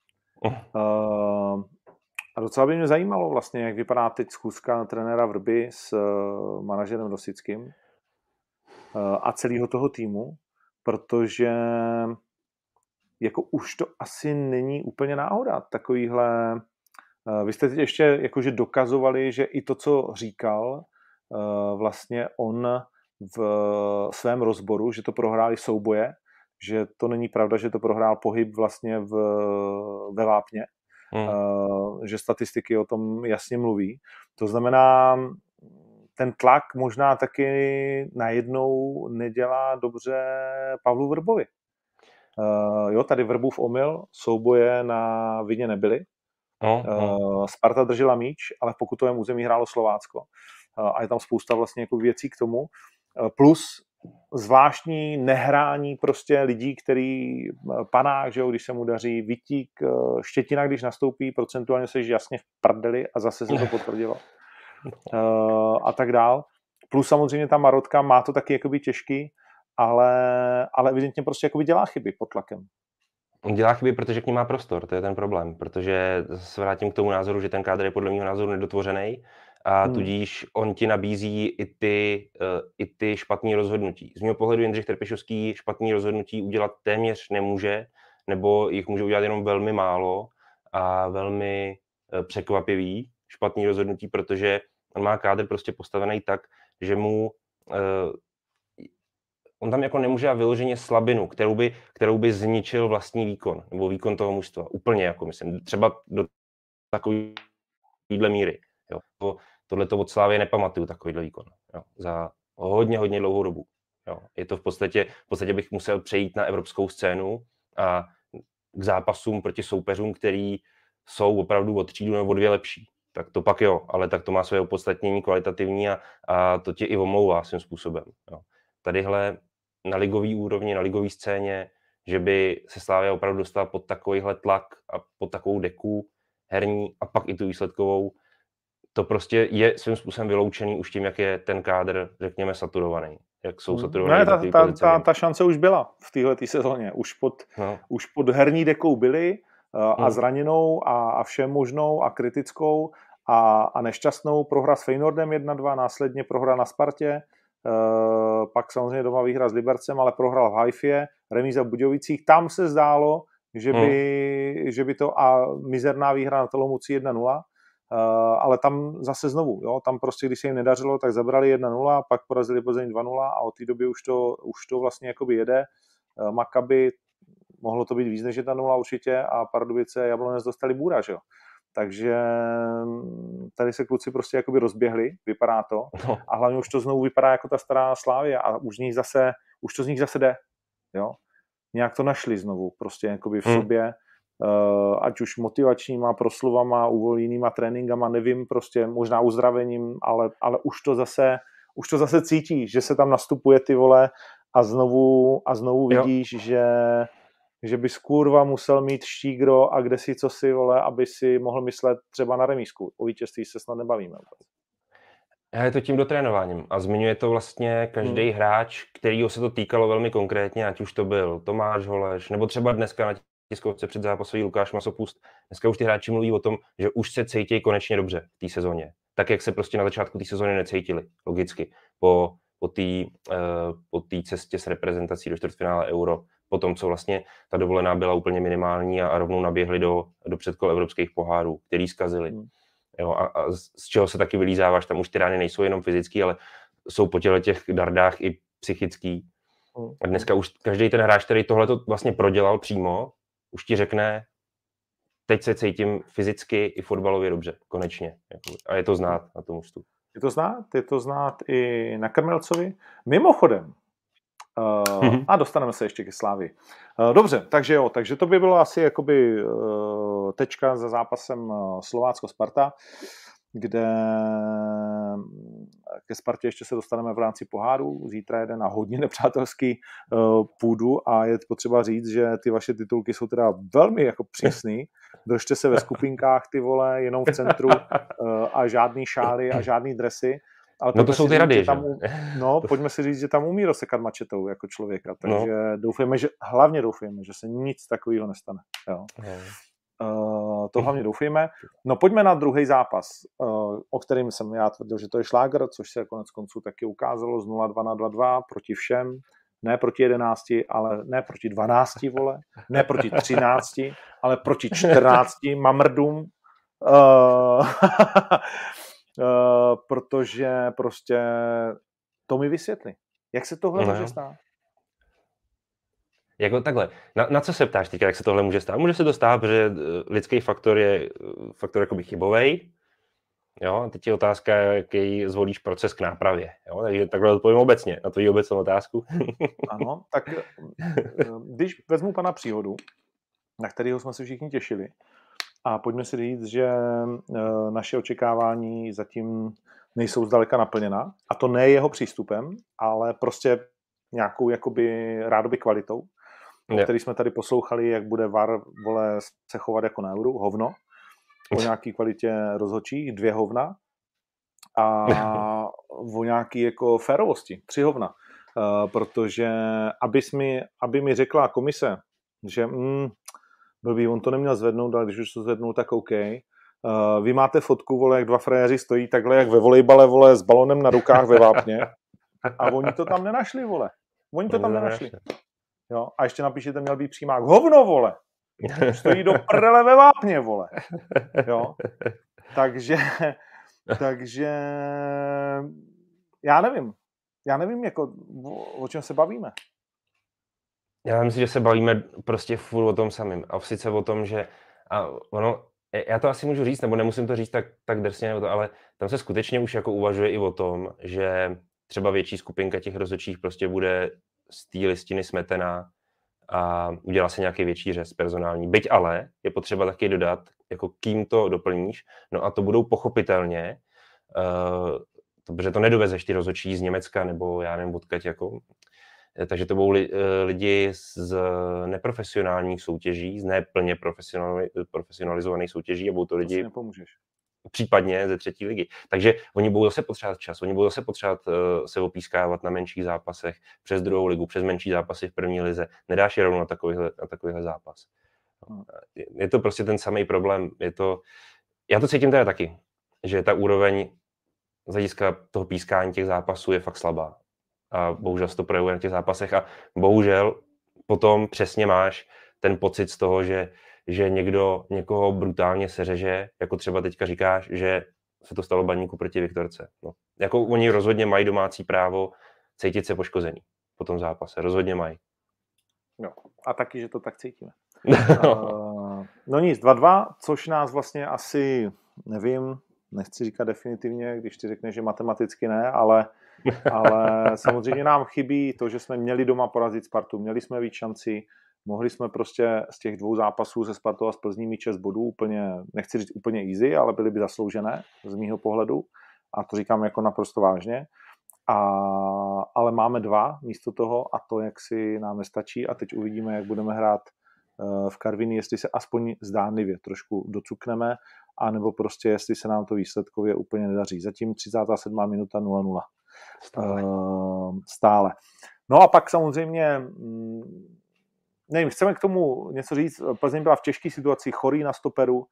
A docela by mě zajímalo vlastně, jak vypadá teď schůzka trenéra Vrby s manažerem Rosickým a celého toho týmu, protože jako už to asi není úplně náhoda. Takovýhle, vy jste teď ještě jakože dokazovali, že i to, co říkal vlastně on v svém rozboru, že to prohráli souboje, že to není pravda, že to prohrál pohyb vlastně ve Vápně, že statistiky o tom jasně mluví. To znamená, ten tlak možná taky najednou nedělá dobře Pavlu Vrbovi. Jo, tady Vrbův omyl, souboje na vině nebyly. Sparta držela míč, ale v pokutovém území hrálo Slovácko. A je tam spousta vlastně jako věcí k tomu. Plus zvláštní nehrání prostě lidí, který Panák, že jo, když se mu daří, Vitík, Štětina, když nastoupí, procentuálně se jasně v prdeli a zase se to potvrdilo. A tak dál. Plus samozřejmě ta Marotka má to taky jakoby těžký, ale evidentně prostě jakoby dělá chyby pod tlakem. On dělá chyby, protože k ní má prostor, to je ten problém, protože se vrátím k tomu názoru, že ten kádr je podle mého názoru nedotvořený a tudíž on ti nabízí i ty špatné rozhodnutí. Z mého pohledu Jindřich Trpišovský špatné rozhodnutí udělat téměř nemůže, nebo jich může udělat jenom velmi málo a velmi překvapivý špatný rozhodnutí, protože on má kádr prostě postavený tak, že mu on tam jako nemůže dát vyloženě slabinu, kterou by zničil vlastní výkon, nebo výkon toho mužstva. Úplně jako myslím, třeba do takovýhle míry. Jo. Tohleto od Slávy nepamatuju, takovýhle výkon. Jo. Za hodně dlouhou dobu. Jo. Je to v podstatě bych musel přejít na evropskou scénu a k zápasům proti soupeřům, který jsou opravdu o třídu nebo o dvě lepší. Tak to pak jo, ale tak to má své opodstatnění kvalitativní a to tě i omlouvá svým způsobem. Jo. Tadyhle na ligový úrovni, na ligové scéně, že by se Slavia opravdu dostala pod takovýhle tlak a pod takovou deku herní a pak i tu výsledkovou, to prostě je svým způsobem vyloučený už tím, jak je ten kádr, řekněme, saturovaný. Jak jsou saturovaný. Ta šance už byla v téhletý sezóně. Už pod herní dekou byli a zraněnou a všem možnou a kritickou a nešťastnou prohra s Feyenoordem 1-2, následně prohra na Spartě, pak samozřejmě doma výhra s Libercem, ale prohrál v Haifě, remíza v Budějovicích. Tam se zdálo, že by to a mizerná výhra na Olomouci 1-0, ale tam zase znovu, jo, tam prostě, když se jim nedařilo, tak zabrali 1-0, pak porazili Plzeň 2-0 a od té doby už to vlastně jakoby jede. Maccabi, mohlo to být víc než 1-0 určitě a Pardubice a Jablonec dostali bůra, že jo. Takže tady se kluci prostě jakoby rozběhli, vypadá to. A hlavně už to znovu vypadá jako ta stará Slavia a už to z nich zase jde. Jo? Nějak to našli znovu, prostě jakoby v sobě, ať už motivačníma proslovama, uvolněnýma tréninkama, nevím, prostě možná uzdravením, ale už to zase cítí, že se tam nastupuje ty vole a znovu vidíš, že bys kurva musel mít štígro a kde si co si, vole, aby si mohl myslet třeba na remízku. O vítězství se snad nebavíme. Je to tím dotrénováním a zmiňuje to vlastně každý hráč, kterýho se to týkalo velmi konkrétně, ať už to byl Tomáš Holeš, nebo třeba dneska na tiskovce předzápasový Lukáš Masopust, dneska už ty hráči mluví o tom, že už se cítí konečně dobře v té sezóně. Tak, jak se prostě na začátku té sezóny necítili, logicky. Po té cestě s reprezentací do čtvrtfinále Euro, po tom, co vlastně ta dovolená byla úplně minimální a rovnou naběhli do předkol evropských pohárů, který zkazili. Jo, a z čeho se taky vylízáváš, tam už ty rány nejsou jenom fyzický, ale jsou po těch dardách i psychický. A dneska už každý ten hráč, který tohleto vlastně prodělal přímo, už ti řekne, teď se cítím fyzicky i fotbalově dobře, konečně. A je to znát na tom ústu. Je to znát i na Krmelcovi. Mimochodem, a dostaneme se ještě ke Slávii. Dobře, takže to by bylo asi jakoby tečka za zápasem Slovácko-Sparta, kde ke Spartě ještě se dostaneme v rámci poháru. Zítra jede na hodně nepřátelský půdu a je potřeba říct, že ty vaše titulky jsou teda velmi jako přísný. Držte se ve skupinkách, ty vole, jenom v centru a žádný šály a žádný dresy. Ale no to jsou ty rady, že? Pojďme si říct, že tam umí rozsekat mačetou jako člověka, takže hlavně doufujeme, že se nic takového nestane. Jo. To hlavně doufujeme. No pojďme na druhý zápas, o kterým jsem já tvrdil, že to je šláger, což se konec konců taky ukázalo z 0-2 na 2-2 proti všem, ne proti 11, ale ne proti 12, vole, ne proti 13, ale proti 14 mamrdům. Protože prostě to mi vysvětlí. Jak se tohle může stát? Jako takhle, na co se ptáš teďka, jak se tohle může stát? Může se to stát, protože lidský faktor je faktor jakoby chybovej. Jo, a teď je otázka, jaký zvolíš proces k nápravě. Jo? Takže takhle odpovím obecně na tvoji obecnou otázku. Ano, tak když vezmu pana Příhodu, na kterého jsme se všichni těšili, a pojďme si říct, že naše očekávání zatím nejsou zdaleka naplněna. A to ne jeho přístupem, ale prostě nějakou jakoby rádoby kvalitou, který jsme tady poslouchali, jak bude VAR se chovat jako na Euru, hovno, o nějaký kvalitě rozhodčí, 2 hovna a o nějaký jako férovosti, 3 hovna. Protože aby mi řekla komise, že blbý, on to neměl zvednout, ale když už to zvednul, tak OK. Vy máte fotku, vole, jak 2 frajeři stojí takhle, jak ve volejbale, vole, s balonem na rukách ve vápně. A oni to tam nenašli, vole. Oni to tam nenašli. Jo? A ještě napíšete, měl být přímák. Hovno, vole. Stojí do prdele ve vápně, vole. Jo? Takže já nevím, jako, o čem se bavíme. Já myslím, že se bavíme prostě furt o tom samým. A sice o tom, že já to asi můžu říct, nebo nemusím to říct tak drsně, ale tam se skutečně už jako uvažuje i o tom, že třeba větší skupinka těch rozhodčích prostě bude z té listiny smetená a udělá se nějaký větší řez personální. Byť ale je potřeba taky dodat, jako kým to doplníš, no a to budou pochopitelně, protože to nedovezeš ty rozhodčí z Německa nebo já nevím odkud jako. Takže to budou lidi z neprofesionálních soutěží, z neplně profesionalizovaných soutěží a budou to lidi případně ze 3. ligy. Takže oni budou zase potřebovat čas, oni budou zase potřebovat se opískávat na menších zápasech, přes 2. ligu, přes menší zápasy v 1. lize. Nedáš je rovnou na takovýhle zápas. Je to prostě ten samý problém. Já to cítím teda taky, že ta úroveň z hlediska toho pískání těch zápasů je fakt slabá. A bohužel se to projevuje na těch zápasech a bohužel potom přesně máš ten pocit z toho, že někdo někoho brutálně seřeže, jako třeba teďka říkáš, že se to stalo Baníku proti Viktorce. No. Jako oni rozhodně mají domácí právo cítit se poškozený po tom zápase. Rozhodně mají. No, a taky, že to tak cítíme. No nic, 2-2, což nás vlastně asi, nevím, nechci říkat definitivně, když ti řekne, že matematicky ne, ale samozřejmě nám chybí to, že jsme měli doma porazit Spartu, měli jsme víc šancí, mohli jsme prostě z těch 2 zápasů se Spartou a z Plzní mít 6 bodů, úplně, nechci říct úplně easy, ale byly by zasloužené z mýho pohledu a to říkám jako naprosto vážně. Ale máme 2 místo toho a to jaksi nám nestačí a teď uvidíme, jak budeme hrát v Karviní, jestli se aspoň zdánlivě trošku docukneme, anebo prostě jestli se nám to výsledkově úplně nedaří. Zatím 37. minuta 0-0. Stále. No a pak samozřejmě nevím, chceme k tomu něco říct. Plzeň byla v těžké situaci, chorý na stoperu.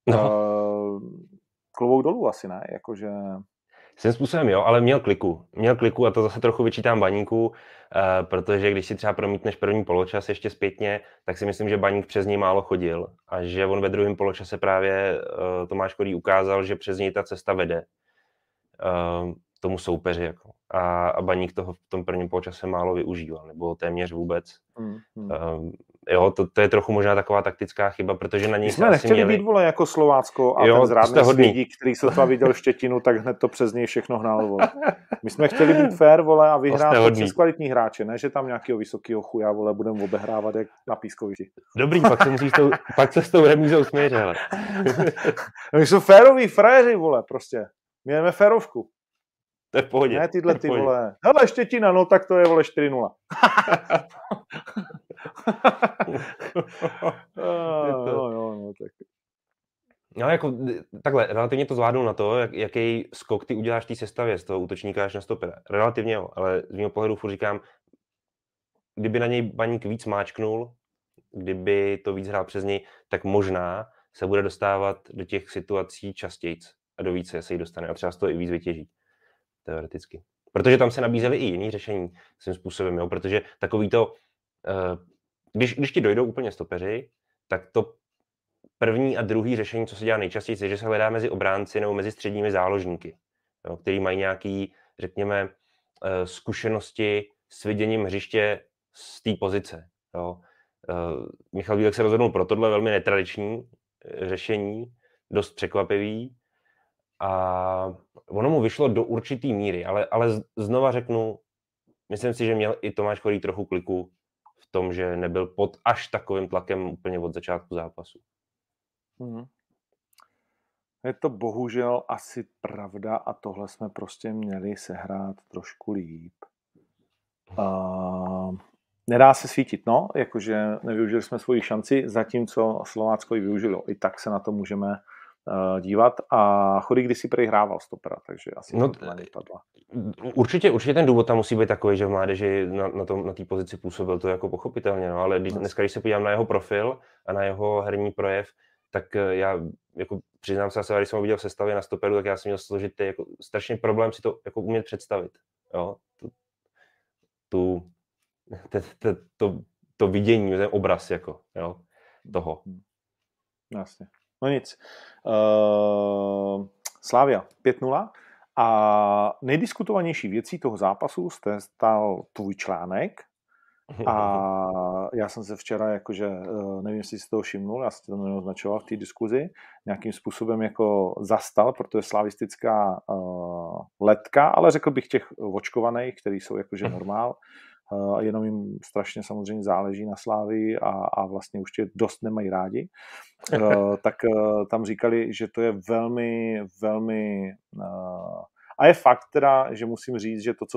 Klobouk dolů asi, ne? Jakože... Svým způsobem jo, ale měl kliku a to zase trochu vyčítám Baníku, protože když si třeba promítneš první poločas ještě zpětně, tak si myslím, že Baník přes něj málo chodil a že on ve druhém poločase právě Tomáš Korý ukázal, že přes něj ta cesta vede tomu soupeři. Jako. A Baník toho v tom prvním poločase málo využíval, nebo téměř vůbec. Jo, to je trochu možná taková taktická chyba, protože na něj jsme nechtěli být, vole, jako Slovácko a ten zrádný svědík, který sotva viděl Štětinu, tak hned to přes něj všechno hnal, vole. My jsme chtěli být fair, vole, a vyhrát to přes kvalitní hráče, ne, že tam nějakého vysokého chuja, vole, budeme obehrávat jak na pískovišti. Dobrý, pak se s tou remízou směř, hele. My jsou féroví frajeři, vole, prostě. Mějeme férovku. To je v pohodě. Ne tyhle ty, vole. Hele, Štětina, no tak to je, vole, 4-0. No, jako takhle, relativně to zvládnu na to, jaký skok ty uděláš v té sestavě z toho útočníka až na stopera. Relativně jo, ale z mého pohledu furt říkám, kdyby na něj Baník víc máčknul, kdyby to víc hrál přes něj, tak možná se bude dostávat do těch situací častějc a do více se jí dostane a třeba z toho i víc vytěží. Teoreticky. Protože tam se nabízely i jiný řešení svým způsobem, jo? Protože takový to, když ti dojdou úplně stopeři, tak to první a druhý řešení, co se dělá nejčastěji, je, že se hledá mezi obránci nebo mezi středními záložníky, jo? Který mají nějaký, řekněme, zkušenosti s viděním hřiště z té pozice. Jo? Michal Bílek se rozhodnul pro tohle velmi netradiční řešení, dost překvapivý, a ono mu vyšlo do určitý míry, ale znova řeknu, myslím si, že měl i Tomáš Korý trochu kliku v tom, že nebyl pod až takovým tlakem úplně od začátku zápasu. Je to bohužel asi pravda a tohle jsme prostě měli sehrát trošku líp. Nedá se svítit, no, jakože nevyužili jsme svoji šanci, zatímco Slovácko ji využilo. I tak se na to můžeme dívat a Chorý kdysi hrával stopera, takže asi to nevypadla. Určitě ten důvod tam musí být takový, že v mládeži na té pozici působil to jako pochopitelně, no, ale dneska, když se podívám na jeho profil a na jeho herní projev, tak já jako přiznám se, když jsem ho viděl v sestavě na stoperu, tak já jsem měl složitý jako strašný problém si to jako umět představit. Jo? To vidění, ten obraz jako, jo? Toho. Jasně. No nic. Slavia 5-0 a nejdiskutovanější věcí toho zápasu stal tvůj článek a já jsem se včera jakože, nevím, jestli jsi toho všimnul, já jsem to neoznačoval v té diskuzi, nějakým způsobem jako zastal, protože slavistická letka, ale řekl bych těch očkovaných, který jsou jakože normál, jenom jim strašně samozřejmě záleží na Slávii a vlastně už tě dost nemají rádi, tak tam říkali, že to je velmi, velmi... A je fakt teda, že musím říct, že to, co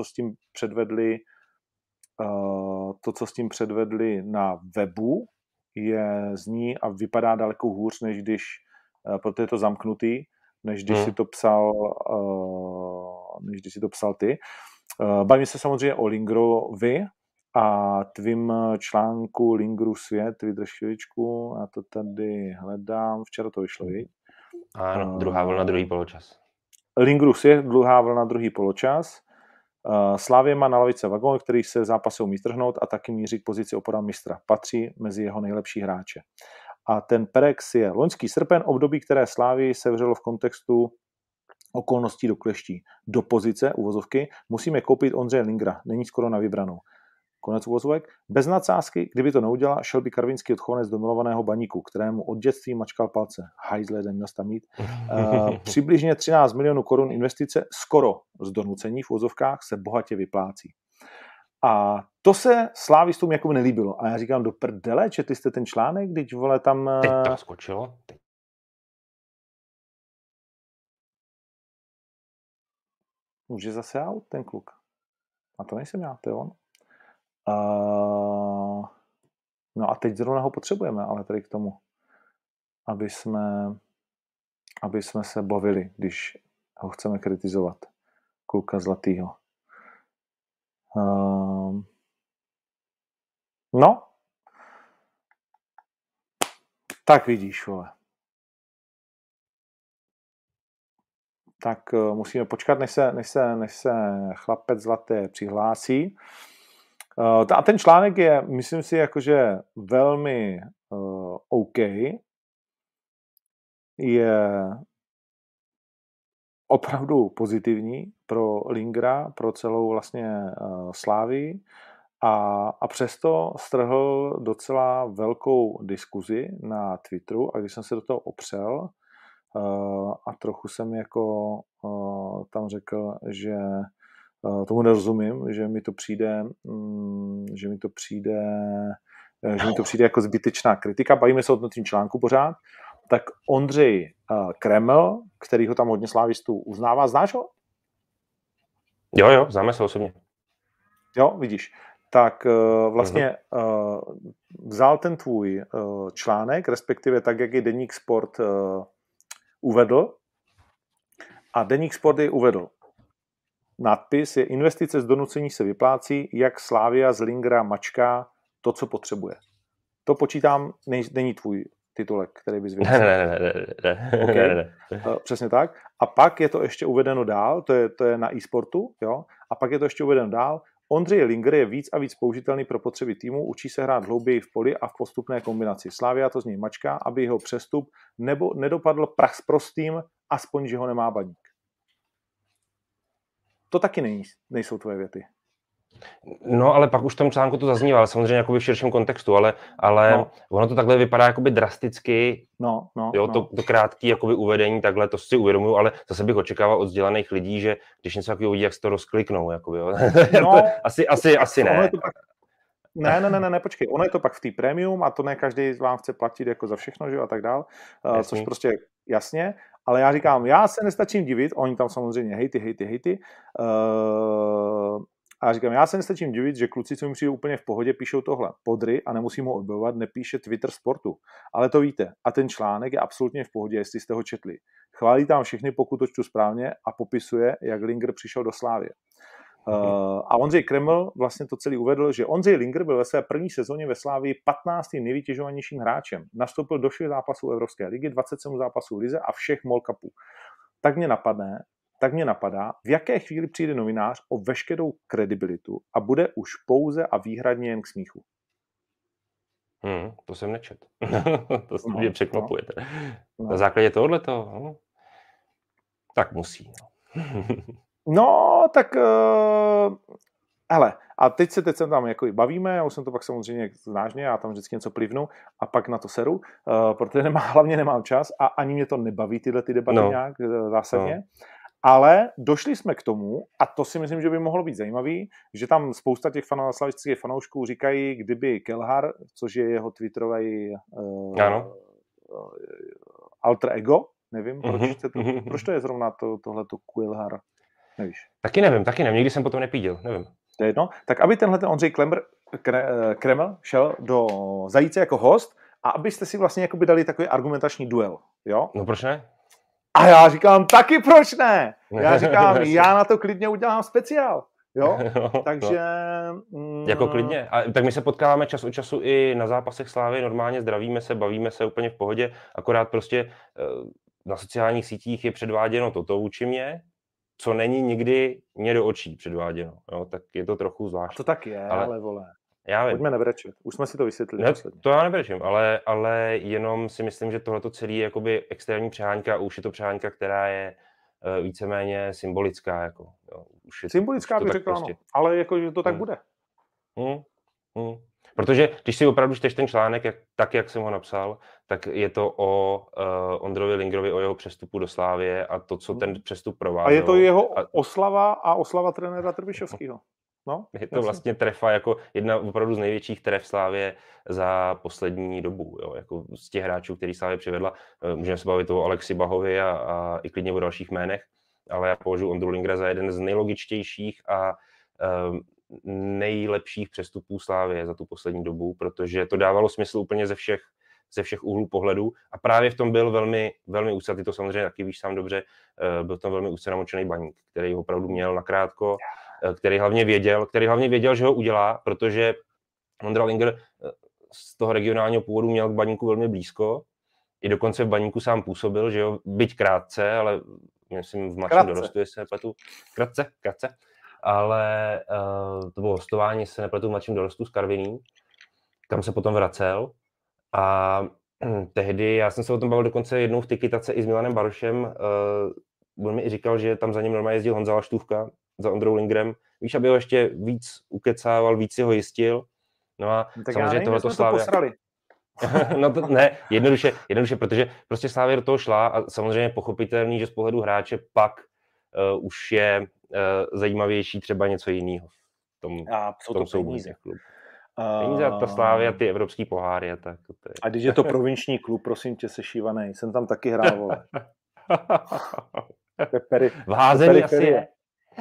s tím předvedli na webu, zní a vypadá daleko hůř, než když, protože je to zamknutý, než když si to psal ty. Bavíme se samozřejmě o Lingrovi a tvým článku Lingru svět, vydrž chvíličku, já to tady hledám, včera to vyšlo, viď? Ano, druhá vlna, druhý poločas. Lingru svět, druhá vlna, druhý poločas. Slavie má na lavice Vagon, který se zápasem umí trhnout a taky míří k pozici opora mistra. Patří mezi jeho nejlepší hráče. A ten Perex je loňský srpen, období, které Slavii sevřelo v kontextu okolností do kleští. Do pozice, uvozovky, musíme koupit Ondřeje Lingra. Není skoro na vybranou. Konec uvozovek. Bez nadsázky, kdyby to neudělal, šel by karvinský odchovanec do milovaného Baníku, kterému od dětství mačkal palce. Hajzle, neměl tam mít. Přibližně 13 milionů korun investice, skoro z donucení v uvozovkách, se bohatě vyplácí. A to se slávistům jako nelíbilo. A já říkám, do prdele, četli jste ten článek, když vole tam... Teď to skočilo. Už je zase out, ten kluk. A to nejsem já, to je on. No a teď zrovna ho potřebujeme, ale tady k tomu, aby jsme se bavili, když ho chceme kritizovat. Kluka zlatýho. No, Tak vidíš, vole. Tak musíme počkat, než se chlapec zlaté přihlásí. A ten článek je, myslím si, jakože velmi OK. Je opravdu pozitivní pro Lingera, pro celou vlastně Slávii a přesto strhl docela velkou diskuzi na Twitteru a když jsem se do toho opřel a trochu jsem jako tam řekl, že tomu nerozumím, že mi to přijde jako zbytečná kritika. Bavíme se o tom článku pořád. Tak Ondřej Kreml, který ho tam hodně slávistů uznává, znáš ho? Jo, známe se osobně. Jo, vidíš. Tak vlastně vzal ten tvůj článek, respektive tak, jak je Deník Sport uvedl. A Deník Sport je uvedl. Nadpis je: investice z donucení se vyplácí, jak Slavia z Lingera mačká to, co potřebuje. To počítám, není tvůj titulek, který bys vymyslel. Ne. Přesně tak. A pak je to ještě uvedeno dál, to je na e-sportu, jo? A pak je to ještě uvedeno dál. Ondřej Linger je víc a víc použitelný pro potřeby týmu, učí se hrát hlouběji v poli a v postupné kombinaci. Slavia to z něj mačká, aby jeho přestup nedopadl prostým, aspoň, že ho nemá Baník. To taky nejsou tvoje věty. No, ale pak už v tom článku to zaznívá, ale samozřejmě jakoby v širším kontextu, ale ono to takhle vypadá jakoby drasticky, to krátké jakoby uvedení, takhle, to si uvědomuju, ale zase bych očekával od vzdělaných lidí, že když něco takového uvidí, jak se to rozkliknou, jakoby, jo. No, asi ne. Ne, počkej, ono je to pak v té premium a to ne každý vám chce platit jako za všechno, že jo, a tak dál, což prostě jasně, ale já říkám, já se nestačím divit, oni tam samozřejmě hejty, a já říkám, já se nestačím divit, že kluci, co mi přijdou úplně v pohodě, píšou tohle podry a nemusím ho objevovat, nepíše Twitter sportu. Ale to víte. A ten článek je absolutně v pohodě, jestli jste ho četli. Chválí tam všechny, pokud to čtu správně, a popisuje, jak Linger přišel do Slávie. A Ondřej Kreml vlastně to celý uvedl, že Ondřej Linger byl ve své první sezóně ve Slávii 15. nejvytěžovanějším hráčem. Nastoupil do všech zápasů Evropské ligy, 27 zápasů v lize a všech MOL Cupů. Tak mě napadá, v jaké chvíli přijde novinář o veškerou kredibilitu a bude už pouze a výhradně jen k smíchu. To jsem nečet. To mě překvapuje. Na základě tohohletoho? Tak musí. No, tak hele, a teď se tam jako i bavíme, já už jsem to pak samozřejmě znážně, já tam vždycky něco plivnu a pak na to seru, protože hlavně nemám čas a ani mě to nebaví tyhle ty debaty nějak zásadně. Ale došli jsme k tomu, a to si myslím, že by mohlo být zajímavý, že tam spousta těch slavistických fanoušků říkají, kdyby Kelhar, což je jeho twitterový alter ego, nevím, proč to je zrovna tohleto Kelhar, nevíš. Taky nevím, nikdy jsem potom nepíděl, nevím. To je jedno. Tak aby tenhle Ondřej Kreml šel do Zajíce jako host a abyste si vlastně jakoby dali takový argumentační duel, jo? No proč ne? A já říkám, taky proč ne? Já říkám, já na to klidně udělám speciál. Jo? Takže... Jako klidně. A tak my se potkáváme čas od času i na zápasech Slávy, normálně zdravíme se, bavíme se úplně v pohodě, akorát prostě na sociálních sítích je předváděno toto vůči mě, co není nikdy mě do očí předváděno. Jo? Tak je to trochu zvláštní. To tak je, ale vole. Já vím. Pojďme nebrečet. Už jsme si to vysvětlili. Ne, to já nebrečím, ale jenom si myslím, že tohleto celý je jakoby extrémní přehánka a už je to přehánka, která je víceméně symbolická. Jako, jo. Symbolická bych řekla, prostě... ale jako, že to tak bude. Protože když si opravdu čteš ten článek, tak jak jsem ho napsal, tak je to o Ondrovi Lingerovi, o jeho přestupu do Slávie a to, co ten přestup provázelo. A je to jeho oslava a oslava trenéra Trbišovského. No, je to vlastně trefa, jako jedna opravdu z největších tref Slávie za poslední dobu. Jo? Jako z těch hráčů, který Slávie přivedla. Můžeme se bavit o Alexi Bahovi a i klidně o dalších jménech, ale já považuji Ondru Lingera za jeden z nejlogičtějších a nejlepších přestupů Slávie za tu poslední dobu, protože to dávalo smysl úplně ze všech úhlů pohledu a právě v tom byl velmi, velmi úzce, ty to samozřejmě taky víš sám dobře, byl tam velmi úzce namočený Baník, který ho opravdu měl nakrátko, který hlavně věděl, že ho udělá, protože Ondra Linger z toho regionálního původu měl k Baníku velmi blízko i dokonce v Baníku sám působil, že jo, byť krátce, ale myslím v mladším dorostu, jestli se nepletu. Krátce. Ale to bylo hostování, jestli se nepletu v mladším dorostu z Karviní, kam se potom vracel. A tehdy, já jsem se o tom bavil dokonce jednou v Tiki-tace i s Milanem Barošem, on mi i říkal, že tam za ním normálně jezdil Honza Laštůvka za Ondrou Lingrem, víš, aby ho ještě víc ukecával, víc si ho jistil. No a tak samozřejmě tohleto Slavia... No to ne, jednoduše, protože prostě Slavia do toho šla a samozřejmě pochopitelný, že z pohledu hráče pak už je zajímavější třeba něco jiného v tom souboji těch klubů. Peníze a ta Slavia, ty evropský poháry a tak. A když je to provinční klub, prosím tě, sešívanej, jsem tam taky hrál, vole. V házení asi je.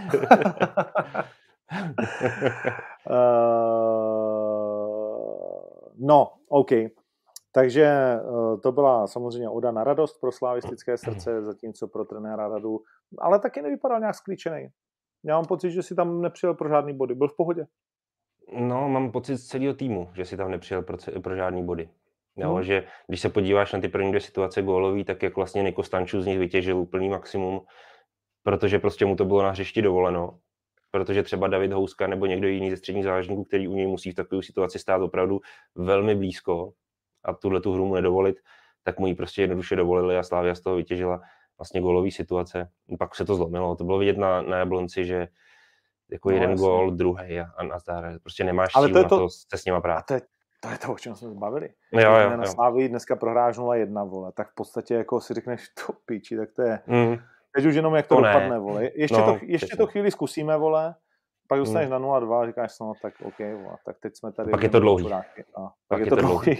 No, OK. Takže to byla samozřejmě oda na radost pro slavistické srdce, zatímco pro trenéra Radu, ale taky nevypadal nějak sklíčený. Já mám pocit, že si tam nepřijel pro žádný body. Byl v pohodě. No, mám pocit z celého týmu, že si tam nepřijel pro žádný body. Jo, že když se podíváš na ty první 2 situace gólový, tak jak vlastně Niko Stanču z nich vytěžil úplný maximum, protože prostě mu to bylo na hřišti dovoleno. Protože třeba David Houska nebo někdo jiný ze středních záložníků, který u něj musí v takové situaci stát opravdu velmi blízko a tu hru mu nedovolit, tak mu ji prostě jednoduše dovolili a Slavia z toho vytěžila vlastně gólový situace. Pak se to zlomilo. To bylo vidět na Jablonci, že jako jeden gól, druhý a nazdar. Prostě nemáš sílu na to se s nima prát. To je to, o čem jsme se bavili. Jo. Na Slávii dneska prohráš 0-1, vole, tak v podstatě jako si řekneš to píči, tak to je... Teď už jenom jak to dopadne, vole. Ještě to chvíli zkusíme, vole, pak dostaneš na 0-2 a říkáš, no tak OK, vole, tak teď jsme tady... Pak je to dlouhý. Pak je to dlouhý.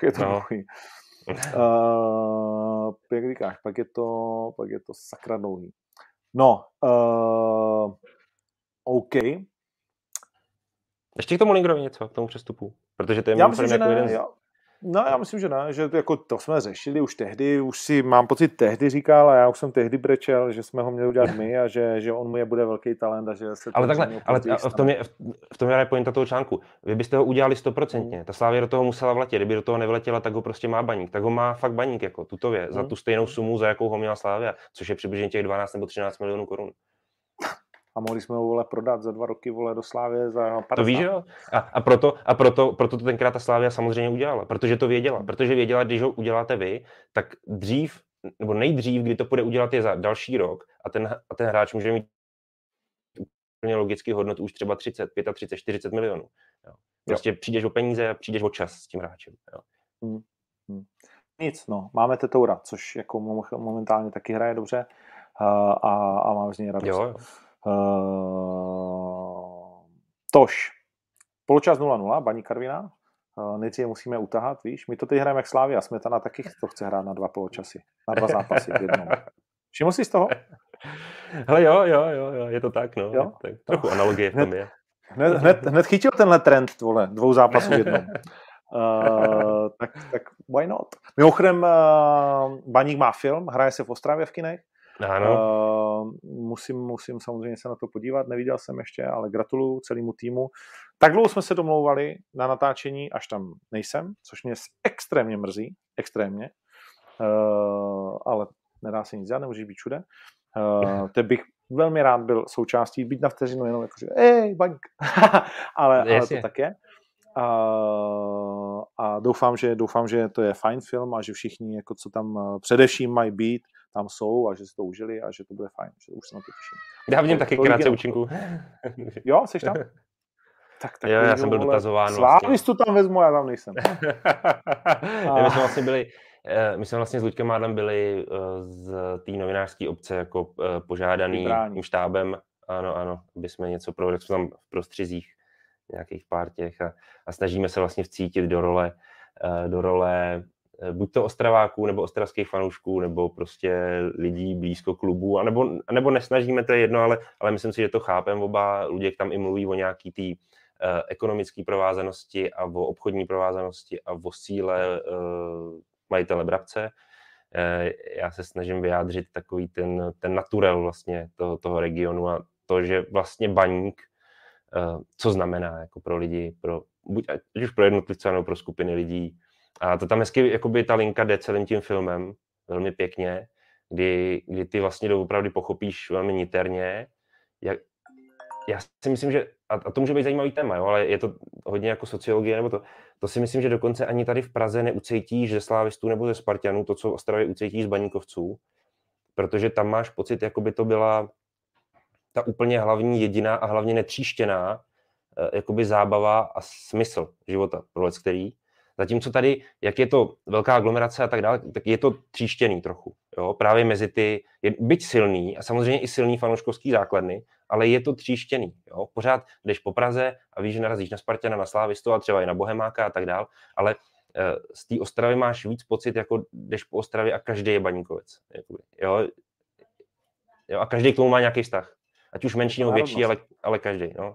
Jak říkáš, pak je to sakra dlouhý. No, OK. Ještě k tomu Lingrovi něco, k tomu přestupu? Protože to je já myslím, že ne, já myslím, že ne, že jako to jsme řešili už tehdy, už si mám pocit tehdy říkal a já už jsem tehdy brečel, že jsme ho měli udělat my a že on mu je bude velký talent a že se... Ale takhle, ale v tom je pointa toho článku. Vy byste ho udělali 100%. Ta Slavia do toho musela vletět, kdyby do toho nevletěla, tak ho prostě má Baník. Tak ho má fakt Baník jako tutově, za tu stejnou sumu, za jakou ho měla Slavia, což je přibližně těch 12 nebo 13 milionů korun. A mohli jsme ho, vole, prodat za 2 roky, vole, do Slávie za 50. To víš, jo? A proto to tenkrát ta Slavia samozřejmě udělala, protože to věděla. Protože věděla, když ho uděláte vy, tak dřív, nebo nejdřív, kdy to půjde udělat, je za další rok a ten hráč může mít úplně logicky hodnotu už třeba 30, 35, 40 milionů. Jo. Prostě přijdeš o peníze a přijdeš o čas s tím hráčem. Jo. Nic, no. Máme Tetoura, což jako momentálně taky hraje dobře a mám z něj radost. Jo. Tož. Poločas 0-0, Baník Karviná. Nejdříve musíme utahat, víš. My to teď hrajeme jak Slavia. Smetana taky to chce hrát na 2 poločasy. Na 2 zápasy v jednom. Všiml jsi z toho? Hele, jo, je to tak, no. Jo? Tak, trochu analogie v tom je. Hned chytil tenhle trend, vole, 2 zápasů v jednom. Tak why not? Mimochodem, Baník má film, hraje se v Ostravě v kinech. Ano. Musím samozřejmě se na to podívat, neviděl jsem ještě, ale gratuluju celému týmu. Tak dlouho jsme se domlouvali na natáčení, až tam nejsem, což mě extrémně mrzí, extrémně, ale nedá se nic dělat, nemůžeš být všude. Teď bych velmi rád byl součástí, být na vteřinu jenom jakože, Baník, ale to tak je. A doufám, že to je fajn film a že všichni, jako co tam především mají být, tam jsou a že si to užili a že to bude fajn, že už se na to těším. Já vidím taky krátce účinku. Jo, jsi tam? Tak jo, já jsem byl dotazován. Slávistu tam vezmu, já tam nejsem. My jsme vlastně s Luďkem Mádlem byli z té novinářské obce jako požádaný tím štábem, ano, aby jsme něco provedli, jsme tam v prostřizích nějakých pár těch a snažíme se vlastně vcítit do role buď to Ostraváků, nebo ostravských fanoušků, nebo prostě lidí blízko klubu, nebo nesnažíme, to je jedno, ale myslím si, že to chápem oba. Luděk tam i mluví o nějaký té ekonomické provázanosti a o obchodní provázanosti a o síle majitele Brabce. Já se snažím vyjádřit takový ten naturel vlastně toho regionu a to, že vlastně Baník, co znamená jako pro lidi, ať už pro jednotlivce nebo pro skupiny lidí, A to tam hezky, jakoby ta linka jde celým tím filmem, velmi pěkně, kdy ty vlastně doopravdy pochopíš velmi niterně, já si myslím, že, a to může být zajímavý téma, jo, ale je to hodně jako sociologie, nebo to si myslím, že dokonce ani tady v Praze neucítíš ze slávistů nebo ze Spartanů to, co v Ostravě ucítíš z Baníkovců, protože tam máš pocit, jako by to byla ta úplně hlavní, jediná a hlavně netříštěná jakoby zábava a smysl života pro leckterý. Zatímco tady, jak je to velká aglomerace a tak dále, tak je to tříštěný trochu. Jo? Právě mezi ty, byť silný a samozřejmě i silný fanouškovský základny, ale je to tříštěný. Jo? Pořád jdeš po Praze a víš, že narazíš na Spartana, na Slávistu a třeba i na Bohemáka a tak dále, ale z té Ostravy máš víc pocit, jako jdeš po Ostravě a každý je Baníkovec. Jo? Jo? A každý k tomu má nějaký vztah. Ať už menší nebo větší, ale každý. No.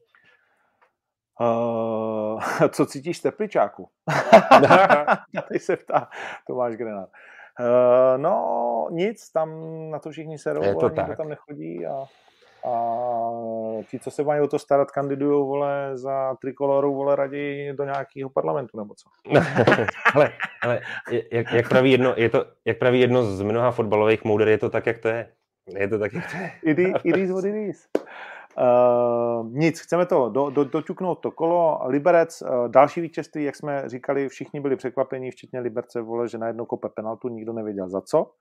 Co cítíš z Tepličáku? Teď se ptá Tomáš Grenát. No nic, tam na to všichni serou, vole, nikdo tam nechodí a ti, co se mají o to starat, kandidujou, vole, za Trikoloru, vole, raději do nějakého parlamentu, nebo co? ale jak praví jedno z mnoha fotbalových mouder, je to tak, jak to je. Je to tak, jak to je. It is what it is. Nic, chceme to doťuknout to kolo. Liberec, další vítězství, jak jsme říkali, všichni byli překvapení, včetně Liberce, vole, že najednou kope penaltu, nikdo nevěděl za co.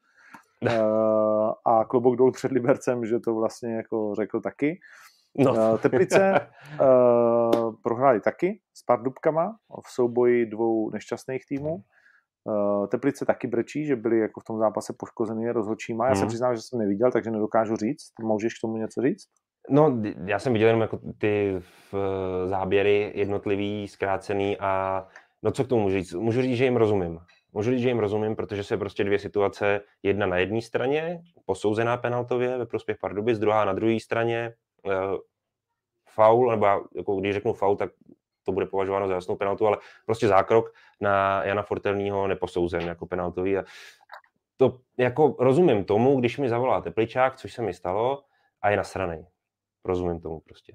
A klobouk dolů před Libercem, že to vlastně jako řekl taky. No. Teplice prohráli taky s Pardubkama v souboji dvou nešťastných týmů. Teplice taky brečí, že byli jako v tom zápase poškozený rozhodčíma. Já se přiznám, že jsem neviděl, takže nedokážu říct. Můžeš k tomu něco říct? No, já jsem viděl jenom jako ty záběry jednotlivý, zkrácený a no co k tomu můžu říct? Můžu říct, že jim rozumím. Protože se prostě dvě situace, jedna na jedné straně, posouzená penaltově ve prospěch Pardubic, druhá na druhé straně, faul, nebo jako když řeknu faul, tak to bude považováno za jasnou penaltu, ale prostě zákrok na Jana Fortelního neposouzen jako penaltový. A to jako rozumím tomu, když mi zavolá Tepličák, což se mi stalo, a je nasranej. Rozumím tomu prostě.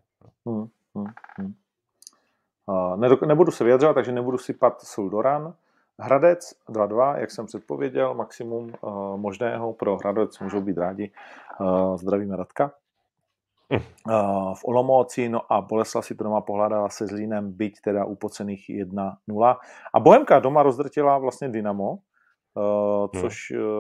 Nebudu se vyjadřovat, takže nebudu sypat sůl do ran. Hradec 2-2, jak jsem předpověděl, maximum možného pro Hradec, můžou být rádi. Zdravíme Radka. V Olomouci, no a Boleslav si to doma pohledala se Zlínem, byť teda upocených 1-0. A Bohemka doma rozdrtila vlastně Dynamo, což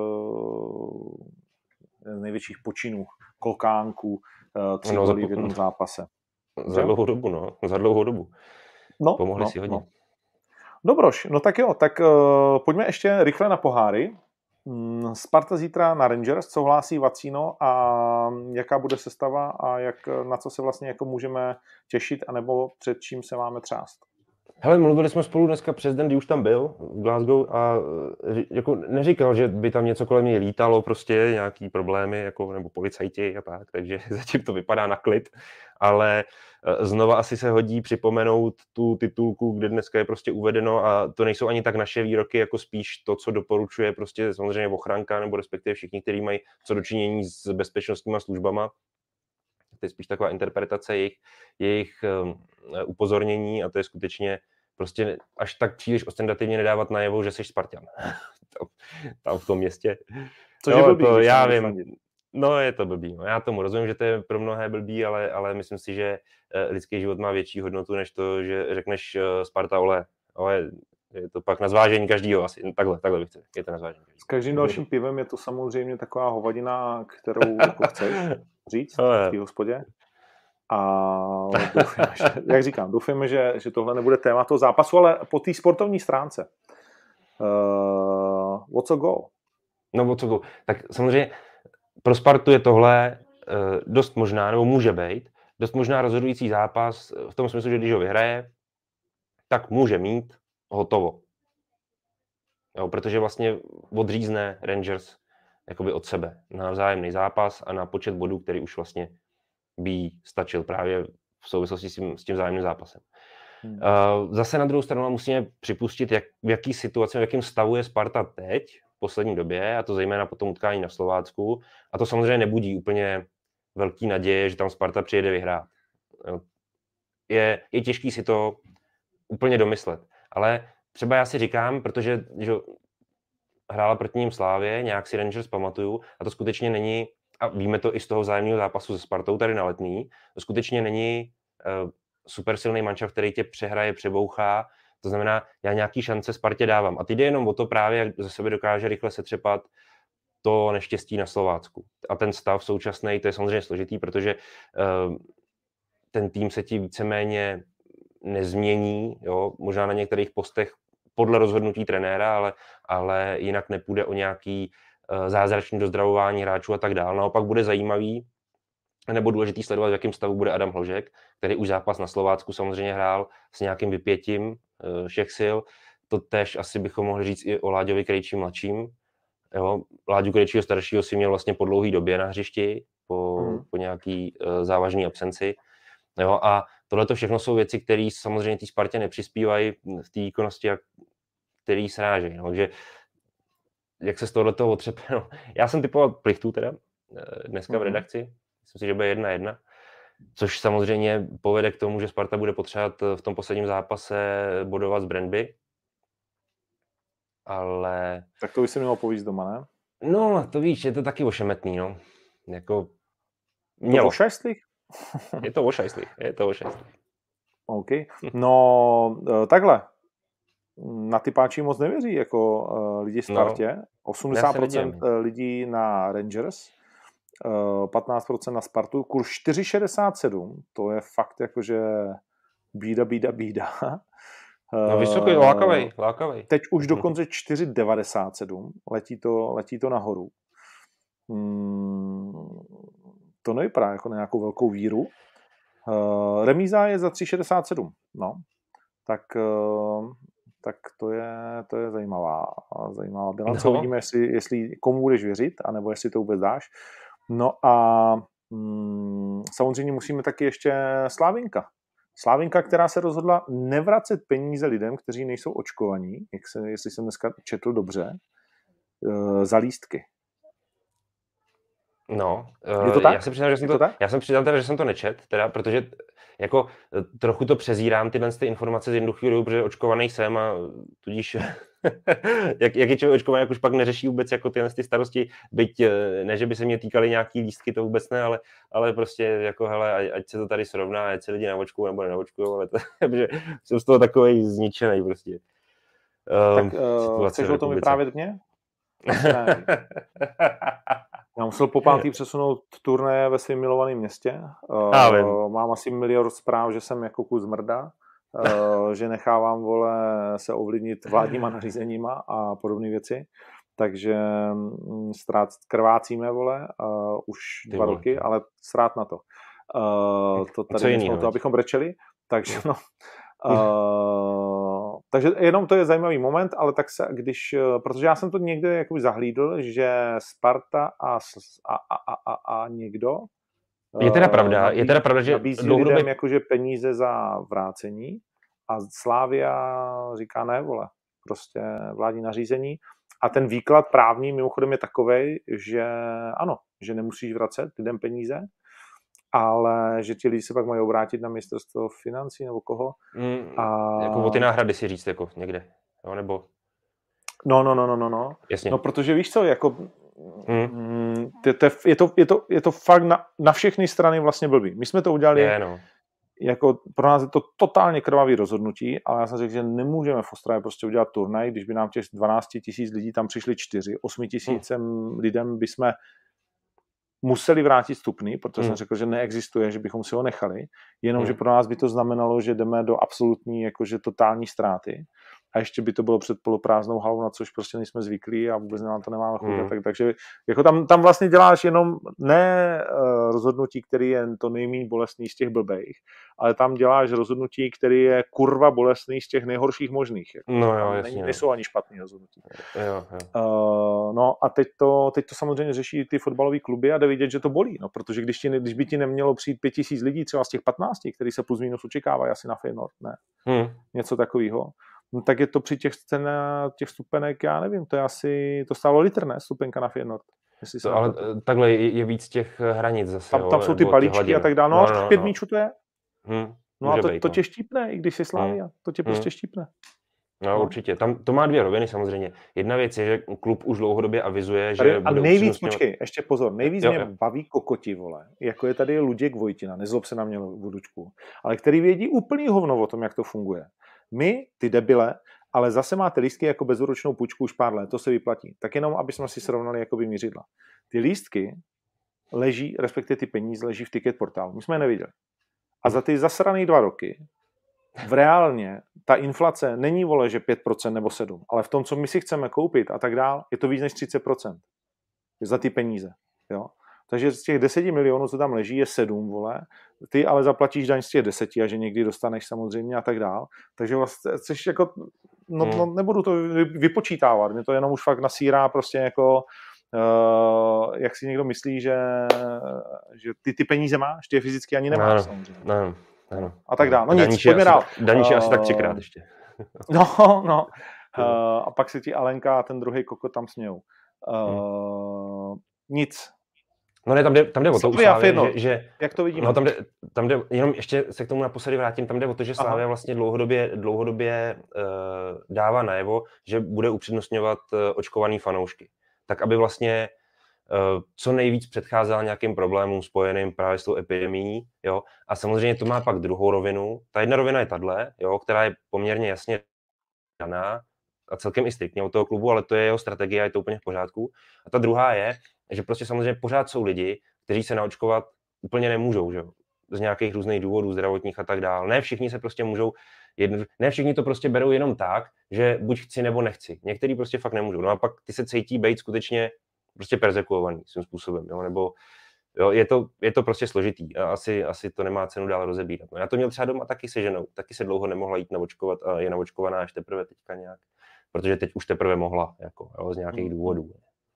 z největších počinů Kolkánků, 3 góly v jednom zápase. Za dlouhou dobu. Pomohli si hodně. Dobroš, no tak jo, tak pojďme ještě rychle na poháry. Sparta zítra na Rangers, co hlásí Vacino a jaká bude sestava a na co se vlastně jako můžeme těšit, anebo před čím se máme třást? Hele, mluvili jsme spolu dneska přes den, kdy už tam byl v Glasgow a jako neříkal, že by tam něco kolem něj lítalo, prostě nějaký problémy, jako, nebo policajti a tak, takže zatím to vypadá na klid, ale znova asi se hodí připomenout tu titulku, kde dneska je prostě uvedeno a to nejsou ani tak naše výroky, jako spíš to, co doporučuje prostě samozřejmě ochranka, nebo respektive všichni, kteří mají co dočinění s bezpečnostníma službama. To je spíš taková interpretace jejich upozornění a to je skutečně prostě až tak příliš ostentativně nedávat najevo, že jsi Spartan. tam v tom městě. Což je blbý, to já vím. No je to blbý. No, já tomu rozumím, že to je pro mnohé blbý, ale myslím si, že lidský život má větší hodnotu, než to, že řekneš Sparta ole. Ale je to pak na zvážení každýho asi. Takhle bych chtěl. Je to na zvážení. S každým dalším pivem je to samozřejmě taková hovadina, kterou jako chceš říct v té hospodě. A doufujeme, jak říkám, doufujeme, že tohle nebude téma toho zápasu, ale po té sportovní stránce. What's a go? No what's a go? Tak samozřejmě pro Spartu je tohle dost možná, nebo může být, dost možná rozhodující zápas v tom smyslu, že když ho vyhraje, tak může mít hotovo. Jo, protože vlastně odřízne Rangers jakoby od sebe na vzájemný zápas a na počet bodů, který už vlastně by stačil právě v souvislosti s tím vzájemným zápasem. Zase na druhou stranu musíme připustit, v jaký situaci, v jakém stavu je Sparta teď, v poslední době, a to zejména po tom utkání na Slovácku. A to samozřejmě nebudí úplně velký naděje, že tam Sparta přijede vyhrát. Je těžký si to úplně domyslet. Ale třeba já si říkám, protože že hrála proti ním Slávě, nějak si Rangers pamatuju, a to skutečně není, a víme to i z toho vzájemného zápasu se Spartou tady na Letný, to skutečně není super silný mančaft, který tě přehraje, přebouchá, to znamená, já nějaký šance Spartě dávám. A teď jde jenom o to právě, jak ze sebe dokáže rychle setřepat to neštěstí na Slovácku. A ten stav současný, to je samozřejmě složitý, protože ten tým se ti víceméně nezmění, jo? Možná na některých postech podle rozhodnutí trenéra, ale jinak nepůjde o nějaký zázračný dozdravování hráčů a tak dále. Naopak bude zajímavý nebo důležitý sledovat, v jakém stavu bude Adam Hložek, který už zápas na Slovácku samozřejmě hrál s nějakým vypětím všech sil. To též asi bychom mohli říct i o Láďovi Krejčí mladším. Jo, Láďu Krejčího staršího si měl vlastně po dlouhé době na hřišti, po nějaký závažné absenci. Jo, a tohle to všechno jsou věci, které samozřejmě té Spartě nepřispívají v té výkonnosti, který srážejí. No, takže jak se z tohoto otřepe, no. Já jsem typoval Plichtu teda dneska v redakci, myslím si, že bude 1-1, což samozřejmě povede k tomu, že Sparta bude potřebovat v tom posledním zápase bodovat z Brandby, ale... Tak to by si mělo povíct doma, ne? No, to víš, je to taky ošemetný, no. Jako... To ošajstlých? Je to ošajstlých. OK. No, takhle. Na typáči moc nevěří, jako lidi v Spartě. No, 80% lidí na Rangers, 15% na Spartu, kurz 4,67. To je fakt jakože bída. No vysoký, lákavej. Teď už dokonce 4,97. Letí to nahoru. To nevypadá jako na nějakou velkou víru. Remíza je za 3,67. No. Tak to je zajímavá bilance. Uvidíme, jestli komu budeš věřit, anebo jestli to vůbec dáš. No a samozřejmě musíme taky ještě Slávinka, která se rozhodla nevracet peníze lidem, kteří nejsou očkovaní, jestli jsem dneska četl dobře, za lístky. No, je to tak? Já jsem přiznal, že jsem to nečet, teda, protože jako trochu to přezírám tyhle informace z jednoduchého důvodu, protože očkovaný jsem a tudíž jak je člověk očkovaný, jak už pak neřeší vůbec jako tyhle starosti, byť ne, že by se mě týkaly nějaký lístky, to vůbec ne, ale prostě jako hele, ať se to tady srovná, ať se lidi naočkují nebo nenaočkují, ale to, protože jsem z toho takovej zničený prostě. Tak chceš o tom vyprávět mě? Já musel po pátý přesunout turné ve svém milovaném městě. Mám asi milion zpráv, že jsem jako kus zmrda, že nechávám, se ovlivnit vládníma nařízeníma a podobné věci. Takže krvácíme, už 2 roky, ale srát na to. To tady nejsme o to, abychom brečeli. Takže no... takže jenom to je zajímavý moment, ale tak se, protože já jsem to někde jakoby zahlídl, že Sparta a někdo je teda pravda, že nabízí lidem jakože peníze za vrácení a Slavia říká ne, prostě vládní nařízení a ten výklad právní mimochodem je takovej, že ano, že nemusíš vracet lidem peníze, ale že ti lidi se pak mají obrátit na ministerstvo financí nebo koho. Jako o ty náhrady si říct jako někde, jo, nebo... No. Jasně. No, protože víš co, jako... Je to fakt na všechny strany vlastně blbý. My jsme to udělali, jako pro nás je to totálně krvavý rozhodnutí, ale já jsem řekl, že nemůžeme v Ostravě prostě udělat turnaj, když by nám těch 12 000 lidí tam přišli 4, 8 000 lidem bychom museli vrátit vstupný, protože jsem řekl, že neexistuje, že bychom si ho nechali, jenomže pro nás by to znamenalo, že jdeme do absolutní, jakože totální ztráty a ještě by to bylo před poloprázdnou halou, na což prostě nejsme zvyklí a vůbec nám to nemáme chuť. Takže jako tam vlastně děláš jenom ne rozhodnutí, který je to nejméně bolestný z těch blbejch, ale tam děláš rozhodnutí, který je kurva bolestný z těch nejhorších možných. Jako. No jo, jasně. Nejsou ani špatný rozhodnutí. Jo. No a teď to samozřejmě řeší ty fotbalové kluby a jde vidět, že to bolí, no, protože když by ti nemělo přijít 5 000 lidí, třeba z těch 15, který se plus minus očekávají asi na Feyenoord, ne? Něco takového. No tak je to při těch vstupenek, já nevím, to stálo litr, ne? Vstupenka na Feyenoord. Ale takhle je víc těch hranic zase. Tam jsou ty balíčky a tak dále. No, 5 míčů to je. No a to tě štípne, i když jsi Slavia. To tě prostě štípne. No, určitě. Tam to má dvě roviny samozřejmě. Jedna věc je, že klub už dlouhodobě avizuje, Tady, že a bude nejvíc, počkej, ještě pozor, nejvíc jo, mě jo. baví kokoti, vole, jako je tady Luděk Vojtina, nezlob se na mě, Vodučku, ale který vědí úplný hovno o tom, jak to funguje. My, ty debile, ale zase máte lístky jako bezúročnou půjčku už pár let, to se vyplatí. Tak jenom, aby jsme si srovnali jakoby mířidla. Ty lístky leží, respektive ty peníze leží v ticket portálu. My jsme je neviděli. A za ty zasraný 2 roky v reálně ta inflace není, vole, že 5% nebo 7%, ale v tom, co my si chceme koupit a tak dál, je to víc než 30%. Za ty peníze. Jo? Takže z těch 10 milionů, co tam leží, je 7, vole. Ty ale zaplatíš daň z těch 10 a že někdy dostaneš samozřejmě a tak dál. Takže vlastně, což jako, no, nebudu to vypočítávat, mě to jenom už fakt nasírá prostě jako, jak si někdo myslí, že ty peníze máš, ty je fyzicky ani nemáš, samozřejmě. Ano. A tak dál. No nic, pojďme dál. Daníš asi tak 3krát ještě. No. A pak se ti Alenka a ten druhý kokot tam smějou. Nic. No ne, tam jde o to u Slávy, že jak to vidíme? No tam jde, jenom ještě se k tomu naposledy vrátím, tam jde o to, že Slavia vlastně dlouhodobě dává najevo, že bude upřednostňovat očkovaný fanoušky. Tak, aby vlastně co nejvíc předcházela nějakým problémům spojeným právě s tou epidemií, jo. A samozřejmě to má pak druhou rovinu. Ta jedna rovina je tahle, jo, která je poměrně jasně daná a celkem i striktně od toho klubu, ale to je jeho strategie a je to úplně v pořádku. A ta druhá je, že prostě samozřejmě pořád jsou lidi, kteří se naočkovat úplně nemůžou, že jo, z nějakých různých důvodů zdravotních a tak dál. Ne všichni se prostě můžou, ne všichni to prostě berou jenom tak, že buď chci nebo nechci. Někteří prostě fakt nemůžou. No a pak ty se cítí být skutečně prostě perzekuovaný svým způsobem, jo, nebo jo, je to prostě složitý a asi to nemá cenu dál rozebírat. No, já to měl třeba doma taky se ženou, taky se dlouho nemohla jít naočkovat a je naočkovaná až teprve teďka nějak, protože teď už teprve mohla, jako, jo, z nějakých důvodů.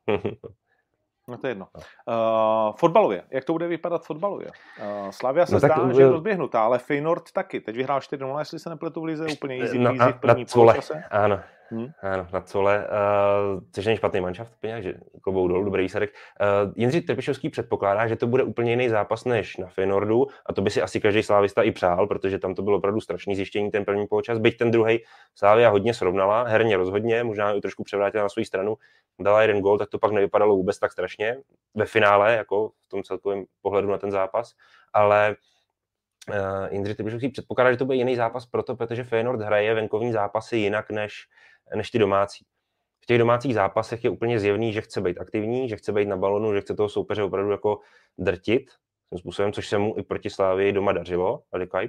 No to je jedno. Fotbalově. Jak to bude vypadat fotbalově? Slavia se zdá, že je rozběhnutá, ale Feyenoord taky. Teď vyhrál 4-0, jestli se nepletu v lize, úplně easy peasy v první poločase. Ano, na Cole. Což není špatný manšaft, že klobou dolů, dobrý výsledek. Jindřich Trpišovský předpokládá, že to bude úplně jiný zápas než na Feyenoordu a to by si asi každý slávista i přál, protože tam to bylo opravdu strašný zjištění ten první poločas. Byť ten druhý Slavia hodně srovnala, herně rozhodně, možná i trošku převrátila na svou stranu, dala jeden gól, tak to pak nevypadalo vůbec tak strašně ve finále, jako v tom celkovém pohledu na ten zápas, ale Jindřich Trpišovský předpokládá, že to bude jiný zápas protože Feyenoord hraje venkovní zápasy jinak než ty domácí. V těch domácích zápasech je úplně zjevný, že chce být aktivní, že chce být na balonu, že chce toho soupeře opravdu jako drtit tím způsobem, což se mu i proti Slavii doma dařilo,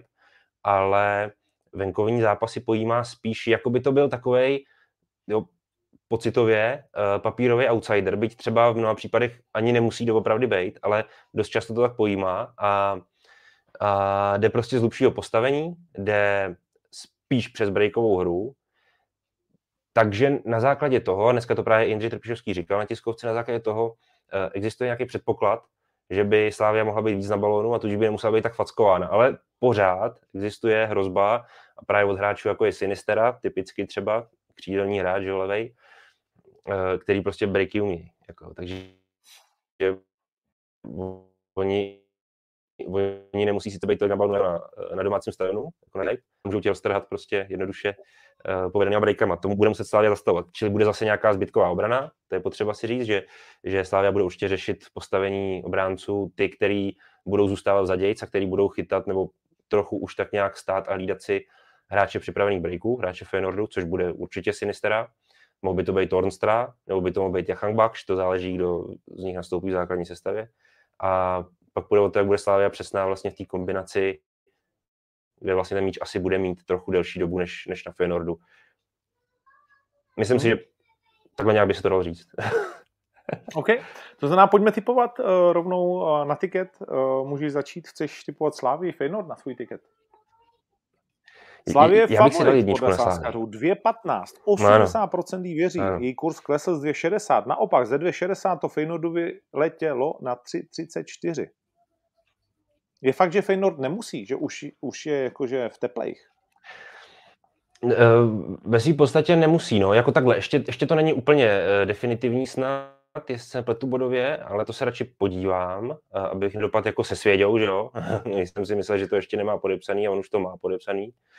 ale venkovní zápasy pojímá spíš, jako by to byl takovej, jo, pocitově papírový outsider, byť třeba v mnoha případech ani nemusí doopravdy být, ale dost často to tak pojímá a jde prostě z hlubšího postavení, jde spíš přes breakovou hru, takže na základě toho, dneska to právě Jindřich Trpišovský říkal na tiskovce, na základě toho existuje nějaký předpoklad, že by Slavia mohla být víc na balónu a tudíž by nemusela být tak fackována, ale pořád existuje hrozba a právě od hráčů jako je Sinistera, typicky třeba křídelní hráč, že levej, který prostě breaky umí. Jako, takže oni nemusí sice být tolik na balonu na domácím stadionu, jako na live, můžou tě roztrhat prostě jednoduše povedenýma breakama. Tomu bude muset Slavia zastavovat. Čili bude zase nějaká zbytková obrana, to je potřeba si říct, že Slavia bude určitě řešit postavení obránců, ty, který budou zůstávat vzadějc a který budou chytat nebo trochu už tak nějak stát a hlídat si hráče připravených breaků, hráče Feyenoordu, což bude určitě Sinistera. Mohl by to být Tornstra, nebo by to mohl být Jachang Bakš, to záleží, kdo z nich nastoupí v základní sestavě. A pak bude o to, jak bude Slavia přesná vlastně v té kombinaci, kde vlastně ten míč asi bude mít trochu delší dobu než na Feyenoordu. Myslím si, že takhle nějak by se to dalo říct. OK, to znamená, pojďme tipovat rovnou na tiket. Můžeš začít, chceš tipovat Slavii Feyenoord na svůj tiket? Slavie je favorit podle sázkařů, 2,15, 80% jí věří, její kurz klesl z 2,60, naopak ze 2,60 to Feyenoordovi letělo na 3,34. Je fakt, že Feyenoord nemusí, že už je jakože v teplejch? Ve svým podstatě nemusí, no, jako takhle, ještě to není úplně definitivní snad, jestli se pletu bodově, ale to se radši podívám, abych nedopadl jako se Svěďou, že jo, jsem si myslel, že to ještě nemá podepsaný a on už to má podepsaný.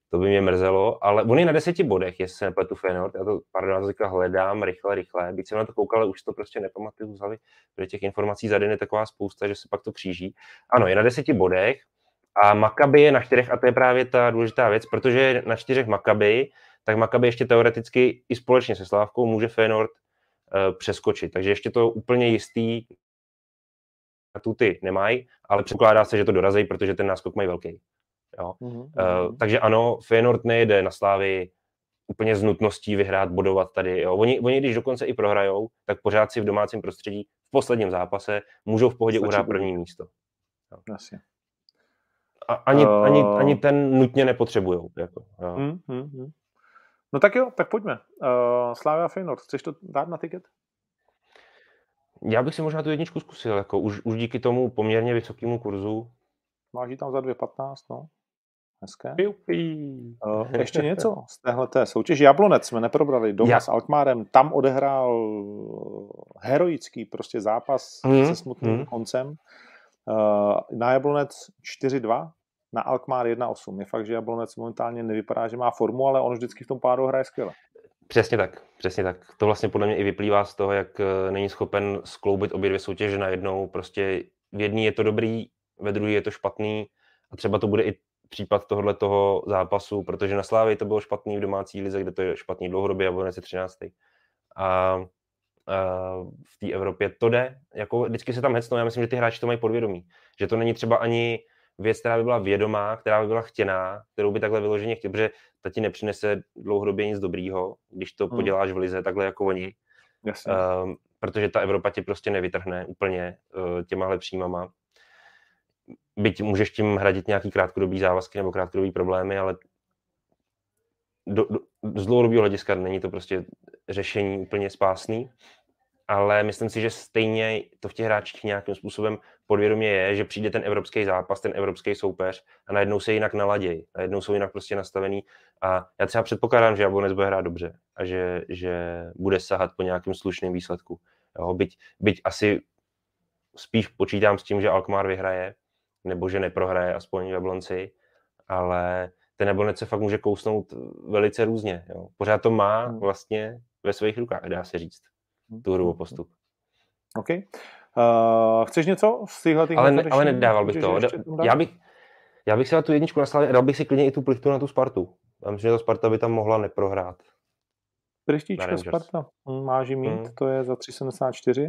To by mě mrzelo, ale on je na 10 bodech, jestli se nepletu Feyenoord. Já to teďka hledám rychle. Byť jsem na to koukal, ale už to prostě nepamatuju z hlavy, protože těch informací za den je taková spousta, že se pak to kříží. Ano, je na 10 bodech a Maccabi je na 4 a to je právě ta důležitá věc, protože je na 4 Maccabi, tak Maccabi ještě teoreticky i společně se Slávkou může Feyenoord přeskočit. Takže ještě to úplně jistý tuty nemají, ale předpokládá se, že to dorazí, protože ten náskok mají velký. Jo. Takže ano, Feyenoord nejde na Slávy úplně z nutností vyhrát, bodovat tady. Jo. Oni, když dokonce i prohrajou, tak pořád si v domácím prostředí v posledním zápase můžou v pohodě uhrát první místo. Jo. Jasně. A ani ten nutně nepotřebujou. Jako, No tak jo, tak pojďme. Slavia Feyenoord, chceš to dát na tiket? Já bych si možná tu jedničku zkusil, jako už díky tomu poměrně vysokému kurzu. Máš tam za 2,15, no. Hezké. Ještě něco z téhleté soutěži. Jablonec jsme neprobrali doma s Alkmaarem. Tam odehrál heroický prostě zápas se smutným koncem. Na Jablonec 4-2, na Alkmaar 1-8. Je fakt, že Jablonec momentálně nevypadá, že má formu, ale on vždycky v tom pádu hraje skvěle. Přesně tak. To vlastně podle mě i vyplývá z toho, jak není schopen skloubit obě dvě soutěže najednou. Prostě v jedné je to dobrý, ve druhé je to špatný a třeba to bude i případ tohoto zápasu, protože na Slávii to bylo špatný v domácí lize, kde to je špatný dlouhodobě a Jablonec je 13. A v té Evropě to jde, jako vždycky se tam hecnou, já myslím, že ty hráči to mají podvědomí, že to není třeba ani věc, která by byla vědomá, která by byla chtěná, kterou by takhle vyloženě chtěl, protože ta ti nepřinese dlouhodobě nic dobrýho, když to poděláš v lize takhle jako oni. Protože ta Evropa tě prostě nevytrhne úplně těmahle příjmama. Byť můžeš tím hradit nějaký krátkodobý závazky nebo krátkodobý problémy, ale z dlouhodobého hlediska není to prostě řešení úplně spásný, ale myslím si, že stejně to v těch hráčích nějakým způsobem podvědomě je, že přijde ten evropský zápas, ten evropský soupeř a najednou se jinak naladějí, najednou jsou jinak prostě nastavený a já třeba předpokládám, že Jablonec bude hrát dobře a že bude sahat po nějakém slušném výsledku. Jo, byť asi spíš počítám s tím, že Alkmaar vyhraje, nebo že neprohraje aspoň v Jablonci, ale ten Jablonec se fakt může kousnout velice různě. Jo. Pořád to má vlastně ve svých rukách, dá se říct, tu hru o postup. OK. Chceš něco z těchto těch ale nedával bych to. Já bych si dal tu jedničku na Slavě a dal bych si klidně i tu plichtu na tu Spartu. Já myslím, že ta Sparta by tam mohla neprohrát. Prestička Sparta. Máš ji mít, to je za 3,74.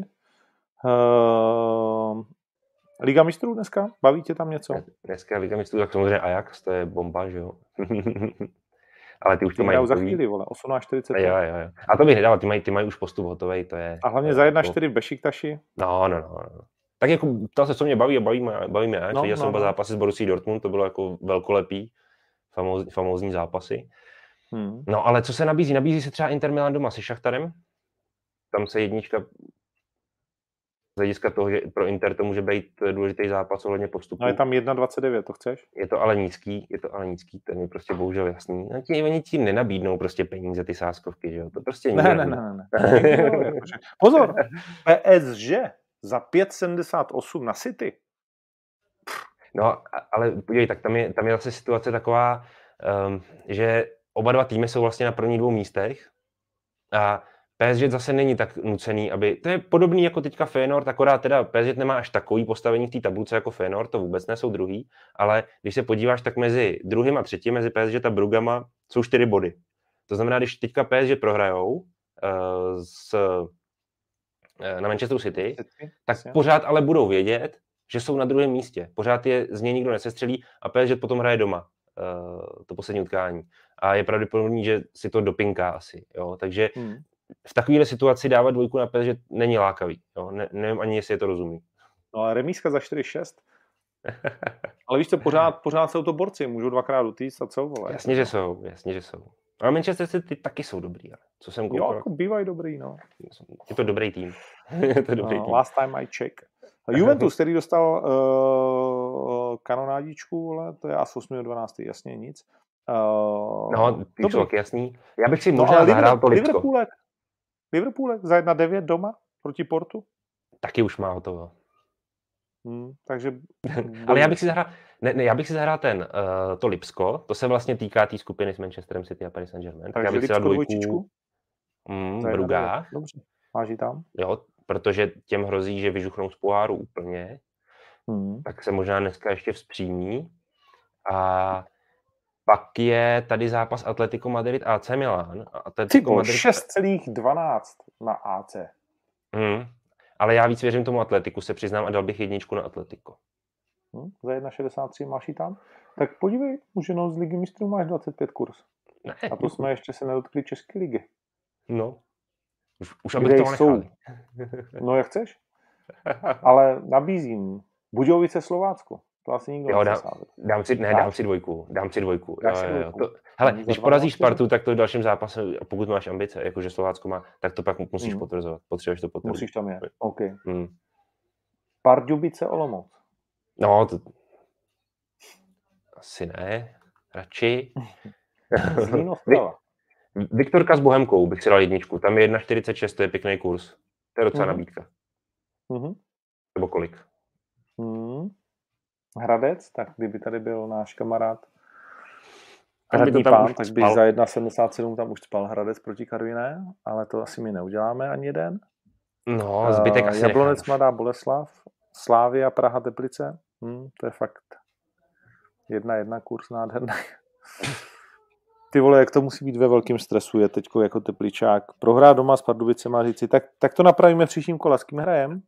Liga mistrů dneska? Baví tě tam něco? Dneska Liga mistrů, tak samozřejmě Ajax, to je bomba, že jo. Ale ty už to mají za chvíli, vole, 18:40. Jo. A to bych nedal, ty mají už postup hotovej, to je... A hlavně za 1,4 v Bešiktaši. No. Tak jako to se, co mě baví a baví mě Ajax. Viděl jsem oba zápasy s Borussií Dortmund, to bylo jako velkolepý, famózní zápasy. No ale co se nabízí? Nabízí se třeba Inter Milan doma se Šachtarem. Tam se jednička z hlediska toho, že pro Inter to může být důležitý zápas ohledně postupu. No je tam 1,29, to chceš? Je to ale nízký, ten je prostě bohužel jasný. Oni ti nenabídnou prostě peníze, ty sázkovky, že jo? To prostě ne. Pozor, PSG za 5,78 na City. No, ale podívej, tak tam je zase situace taková, že oba dva týmy jsou vlastně na prvních 2 místech a PSG zase není tak nucený, aby... To je podobný jako teďka Feyenoord, akorát teda PSG nemá až takový postavení v té tabulce jako Feyenoord, to vůbec ne, jsou druhý, ale když se podíváš, tak mezi druhým a třetím, mezi PSG a Brugama jsou 4 body. To znamená, když teďka PSG prohrajou na Manchesteru City, tak pořád ale budou vědět, že jsou na druhém místě. Pořád je z něj nikdo nesestřelí a PSG potom hraje doma to poslední utkání. A je pravděpodobný, že si to dopinká asi. Jo? Takže v takovéhle situaci dávat 2 na PSG není lákavý. Jo? Nevím ani, jestli je to rozumí. No ale remízka za 4,6. Ale víš co, pořád jsou to borci, můžou 2krát utíct a co, vole. Jasně, že jsou. Ale Manchester City taky jsou dobrý, ale co jsem koukal. Jo, jako bývají dobrý, no. Je to dobrý tým. Last time I check. Juventus, který dostal kanonádičku, ale to je asi 8.12. jasně nic. No, ty jsou taky jasný. Já bych si možná zahrál to Lipsko. Liverpoolek za 1,9 doma proti Portu? Taky už má hotovo. Takže... Ale já bych si zahrál to Lipsko, to se vlastně týká té skupiny s Manchesterem City a Paris Saint-Germain. Takže já bych Lipsko dvojčičku? Brugá. Dobře, máš ji tam? Jo, protože těm hrozí, že vyžuchnou z poháru úplně. Tak se možná dneska ještě vzpřímí. A pak je tady zápas Atletico Madrid AC Milan. Atletico Madrid 6,12 na AC. Ale já víc věřím tomu Atletiku, se přiznám, a dal bych 1 na Atletico. Za 1,63 máš ji tam? Tak podívej, už jenom z Ligy mistrů máš 25 kurz. Ne. A to jsme ještě se nedotkli České ligy. No. Už abych toho nechali. No jak chceš. Ale nabízím Budějovice Slovácko. To asi nikdo nechce sázet. Dám si dvojku. Jo. Hele, když porazíš Spartu, tak to v dalším zápase, pokud máš ambice, jakože Slovácko má, tak to pak musíš potvrzovat. Potřebuješ to potvrdit. Musíš tam jet. OK. Pardubice Olomouc. No, to... asi ne. Radši. Zlín Ostrava. Viktorka s Bohemkou bych si dal 1. Tam je 1,46, to je pěkný kurz. To je docela nabídka. Nebo kolik? Hradec, tak kdyby tady byl náš kamarád Hradní Pán, tak bych za 1,77 tam už spal Hradec proti Karviné, ale to asi my neuděláme ani jeden. No, zbytek asi Jablonec, Mladá Boleslav, Slavia, Praha, Teplice. To je fakt 1,1 kurz nádherný. Ty vole, jak to musí být ve velkém stresu, je teďko jako Tepličák. Prohrát doma s Pardubicema, říci, tak to napravíme v příštím kole, s kým hrajem?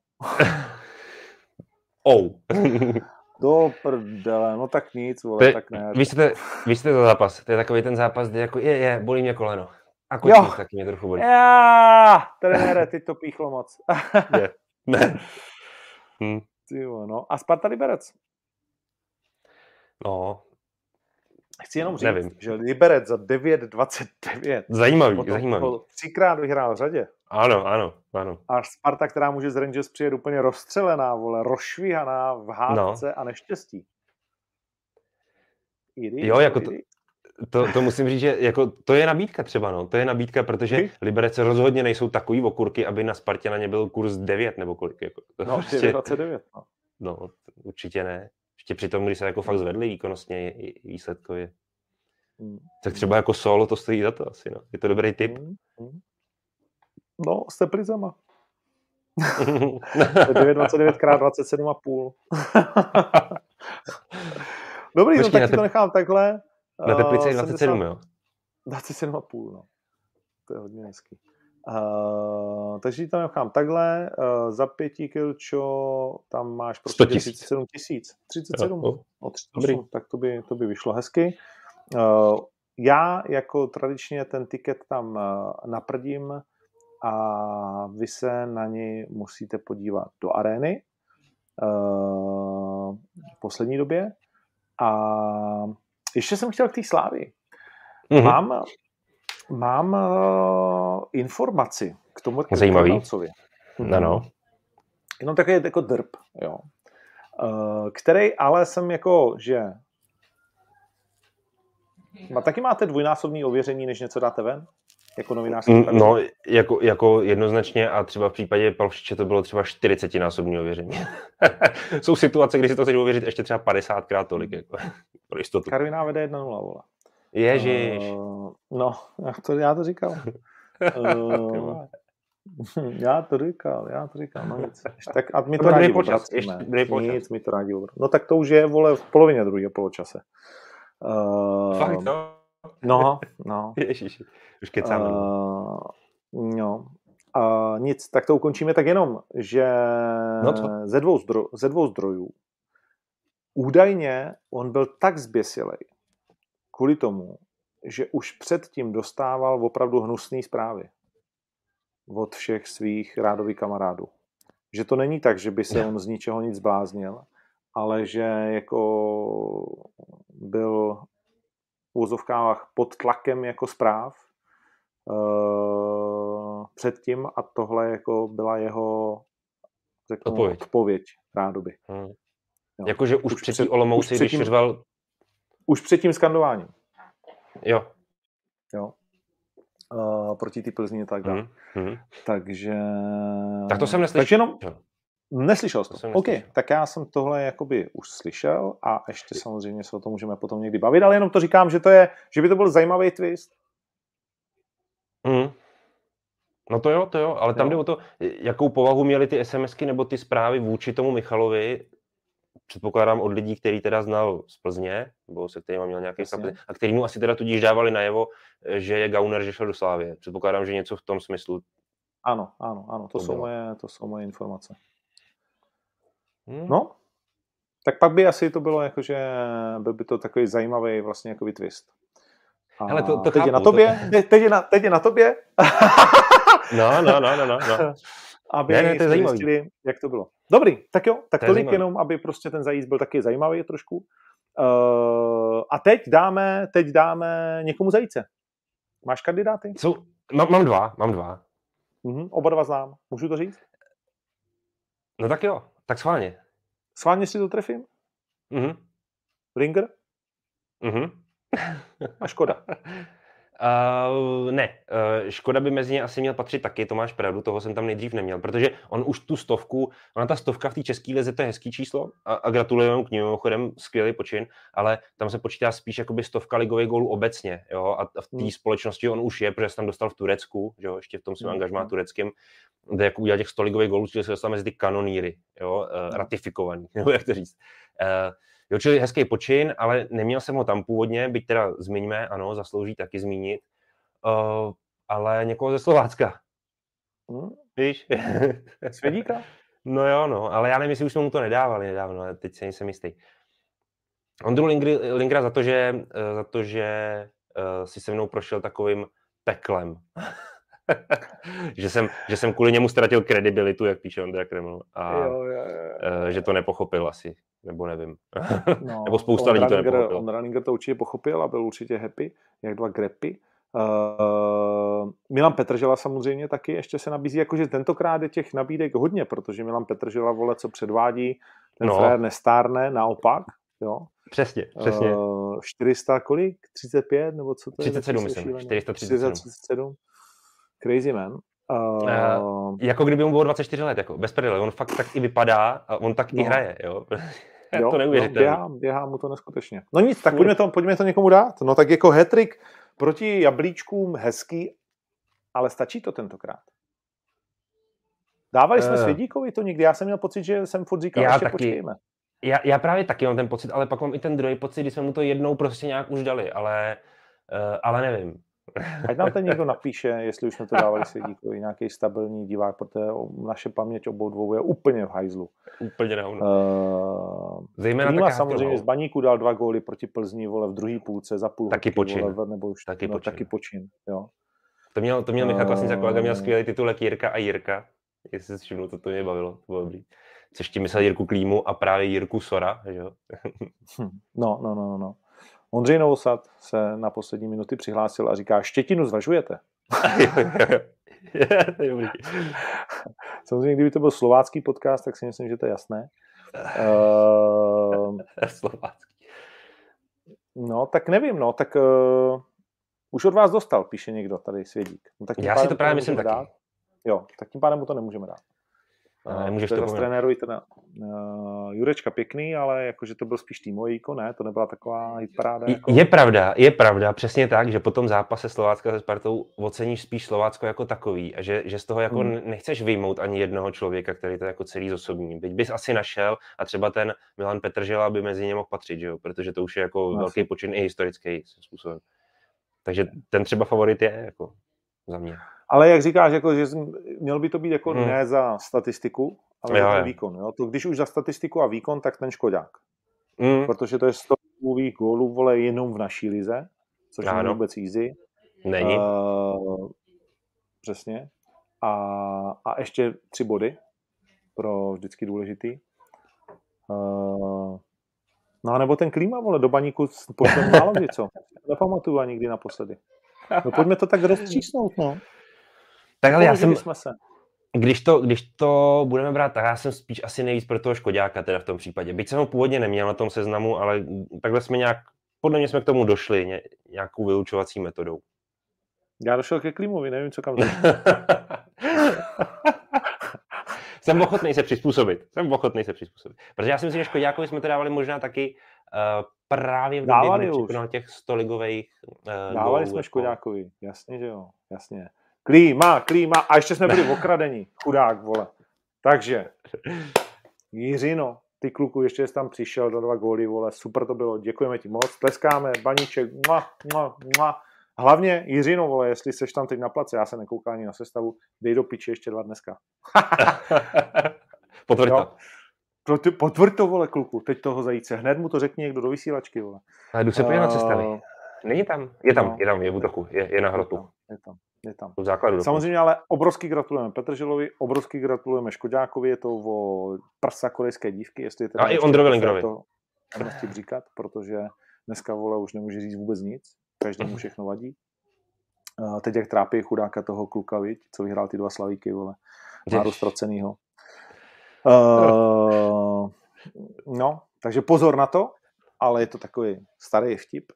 Do prdele, no tak nic, vole, tak ne. Víš to zápas, to je takový ten zápas, kde jako bolí mě koleno. A kočník taky mě trochu bolí. Trenére, ty to píchlo moc. Ne. Ty vole, no. A Sparta Liberec? No. Chci jenom říct, že Liberec za 9,29. Zajímavý. 3krát vyhrál v řadě. Ano. A Sparta, která může z Rangers přijet úplně rozstřelená, vole, rozšvíhaná v hádce a neštěstí. To musím říct, že jako, to je nabídka třeba, no. To je nabídka, protože Liberec rozhodně nejsou takový okurky, aby na Spartě na ně byl kurz 9 nebo kolik. Jako. No, 9,29. No, určitě ne. Ještě přitom, když se jako fakt zvedli výkonnostně výsledkově. Tak třeba jako solo to stojí za to asi, no. Je to dobrý tip. No, s Teplicema. 9,29 krát 27,5. Dobrý, no tak ti to nechám takhle. Na Teplice je 27, jo? 27,5, no. To je hodně hezký. Takže ti to nechám takhle. Za 5 kilčo tam máš prostě 37 tisíc. 37. No, 38, tak to by vyšlo hezky. Já jako tradičně ten tiket tam naprdím a vy se na něj musíte podívat do arény v poslední době. A ještě jsem chtěl k té Slávii. Mám informaci k tomu Zajímavý. Ano. Jenom takový jako drb, jo. Který ale jsem jako, že taky máte dvojnásobný ověření, než něco dáte ven? Jako novinářský? No, jako jednoznačně a třeba v případě Palšiče to bylo třeba 40násobný ověření. Jsou situace, kdy si to chceš ověřit ještě třeba 50krát tolik, jako pro jistotu. Karviná vede 1-0, vole. Ježiš. No, já to říkal. Já to říkal, no nic. Tak a my to rádi obracíme. Nic, my to rádi obracíme. No tak to už je, vole, v polovině druhého poločase. Fakt to? No. Ježiši, už kecáme. No. Nic, tak to ukončíme tak jenom, že ze dvou zdrojů údajně on byl tak zběsilej kvůli tomu, že už předtím dostával opravdu hnusné zprávy od všech svých rádových kamarádů. Že to není tak, že by se on z ničeho nic zbláznil, ale že jako byl v úzovkách pod tlakem jako zpráv předtím a tohle jako byla jeho odpověď rádoby. Jakože už před tím Olomouci, když řval... Už před tím skandováním. Jo. Proti ty Plzni tak dále. Takže... Tak to jsem neslyšel. Takže jenom... Neslyšel jsi to? jsem OK, neslyšel. tak já jsem tohle jakoby už slyšel a ještě samozřejmě se o tom můžeme potom někdy bavit, ale jenom to říkám, že by to byl zajímavý twist. No to jo, ale tam jde o to, jakou povahu měly ty SMSky nebo ty zprávy vůči tomu Michalovi, předpokládám od lidí, který teda znal z Plzně, nebo se kterýma měl nějaký vztah, a který mu asi teda tudíž dávali najevo, že je gauner, že šel do Slávie. Předpokládám, že něco v tom smyslu. Ano, to jsou moje informace. No, tak pak by asi to bylo jako, že byl by to takový zajímavý vlastně jakoby twist. A hele, to teď chápu, je na tobě, teď je na tobě. No. Aby ne, to je zjistili, jak to bylo. Dobrý, tak jo, tak to tolik jenom, aby prostě ten zajízd byl taky zajímavý trošku. A teď dáme někomu zajíce. Máš kandidáty? Mám dva. Oba dva znám. Můžu to říct? No tak jo, tak schválně. Schválně si to trefím? Ringer? A Škoda? Ne, Škoda by mezi ně asi měl patřit taky, to máš pravdu, toho jsem tam nejdřív neměl, protože on už tu stovku, ta stovka v té české lize, to je hezký číslo a gratulujeme k ní, mimochodem skvělý počin, ale tam se počítá spíš jakoby stovka ligových gólů obecně, jo, a v té společnosti on už je, protože se tam dostal v Turecku, jo, ještě v tom svém angažmá tureckém, kde jako udělal těch 100 ligových gólů, čili se dostal mezi ty kanonýry, jo, ratifikovaný, nebo jak to říct. Jo, čili hezký počin, ale neměl jsem ho tam původně, byť teda zmiňme, ano, zaslouží taky zmínit, ale někoho ze Slovácka. Víš? Svědíka? No jo, no, ale já nevím, jestli už jsme mu to nedávali nedávno, ale teď se nejsem jistý. Ondru Lingra za to, že si se mnou prošel takovým peklem. že jsem kvůli němu ztratil kredibilitu, jak píše Ondra Kreml, a že to nepochopil asi, nebo nevím. No, nebo spousta lidí to nepochopil. Ondra Linger to určitě pochopil a byl určitě happy, jak dva grepy. Milan Petržela samozřejmě taky ještě se nabízí, jakože tentokrát je těch nabídek hodně, protože Milan Petržela, vole, co předvádí, ten frér nestárne, naopak, jo. Přesně. 400 kolik? 35? Nebo co to je? 37, myslím. 437. Crazy man. Jako kdyby mu bylo 24 let, jako bez prdele. On fakt tak i vypadá a on tak i hraje, jo. To neuvěřitelné. Běhá mu to neskutečně. No nic, tak pojďme to někomu dát. No tak jako hat-trick proti jablíčkům hezký, ale stačí to tentokrát. Dávali jsme Svědíkovi to někdy, já jsem měl pocit, že jsem furt říkal, ještě počkejme. Já právě taky mám ten pocit, ale pak mám i ten druhý pocit, kdy jsme mu to jednou prostě nějak už dali, ale nevím. Ať nám to někdo napíše, jestli už jsme to dávali Svědíkovi, nějaký stabilní divák, protože naše paměť obou dvou je úplně v hajzlu. Úplně na hovno. Klíma samozřejmě z Baníku dal 2 góly proti Plzni, vole, v druhé půlce za půl. Taky počin. Taky počin, jo. To měl Michal Klasnice, kolega měl skvělý titulek Jirka a Jirka. Jestli si všimnu, to mě bavilo, to bylo dobrý. Což ti myslel Jirku Klímu a právě Jirku Sora, že jo? No. Ondřej Novosad se na poslední minuty přihlásil a říká, Štětinu zvažujete? Samozřejmě, kdyby to byl slovácký podcast, tak si myslím, že to je jasné. Slovácký. No, tak nevím, tak už od vás dostal, píše někdo tady Svědík. No, tak já si to právě myslím taky. Dát. Jo, tak tím pádem mu to nemůžeme dát. Nemůžeš to trenérovi teda Jurečka pěkný, ale jakože to byl spíš týmový výkon, ne? To nebyla taková hitparáda. Jako... Je pravda, přesně tak, že po tom zápase Slovácka se Spartou oceníš spíš Slovácko jako takový a že z toho jako nechceš vyjmout ani jednoho člověka, který to jako celý zosobní. Byť bys asi našel a třeba ten Milan Petržela by mezi ně mohl patřit, že jo? Protože to už je jako velký počin i historický způsobem. Takže ten třeba favorit je jako za mě. Ale jak říkáš, jako, že měl by to být jako ne za statistiku, ale za výkon. Jo? To, když už za statistiku a výkon, tak ten Škodák. Protože to je 100 gólů, vole, jenom v naší lize, což není vůbec easy. Není. Přesně. A ještě 3 body pro vždycky důležitý. No a nebo ten Klíma, vole, do Baníku pošlem málo kdy, co? Nepamatuju ani nikdy naposledy. No pojďme to tak roztřísnout, no. Tak ale když to budeme brát, tak já jsem spíš asi nejvíc pro toho Škoďáka teda v tom případě. Byť jsem ho původně neměl na tom seznamu, ale takhle jsme podle mě jsme k tomu došli nějakou vylučovací metodou. Já došel ke Klímovi, nevím, co kam Jsem ochotný se přizpůsobit. Protože já si myslím, že Škoďákovi jsme to dávali možná taky právě v době, kdy překonal těch 100 ligových dávali jsme Škoďákovi, jasně, že jo, jasně. Klíma. A ještě jsme byli okradeni, chudák, vole. Takže, Jiřino, ty kluku, ještě jsi tam přišel do 2 góly, vole, super to bylo, děkujeme ti moc, tleskáme, Baníček, mua. Hlavně, Jiřino, vole, jestli seš tam teď na place, já se nekoukám ani na sestavu, dej do piči ještě 2 dneska. Potvrď to. Potvrď to, vole, kluku, teď toho zajíce, hned mu to řekni někdo do vysílačky, vole. Ale jdu se podívat na sestavy. Není tam, je v útoku, je na hrotu. Je tam. V základu. Samozřejmě, ale obrovsky gratulujeme Petrželovi, obrovsky gratulujeme Škoďákovi, je to o prsa korejské dívky, jestli je teda... A i Ondrovi Lingrovi. To nechci říkat, protože dneska, vole, už nemůže říct vůbec nic, každému všechno vadí. Teď jak trápí chudáka toho kluka, viď, co vyhrál ty 2 slavíky, vole, má roztracenýho. No, takže pozor na to, ale je to takový starý vtip.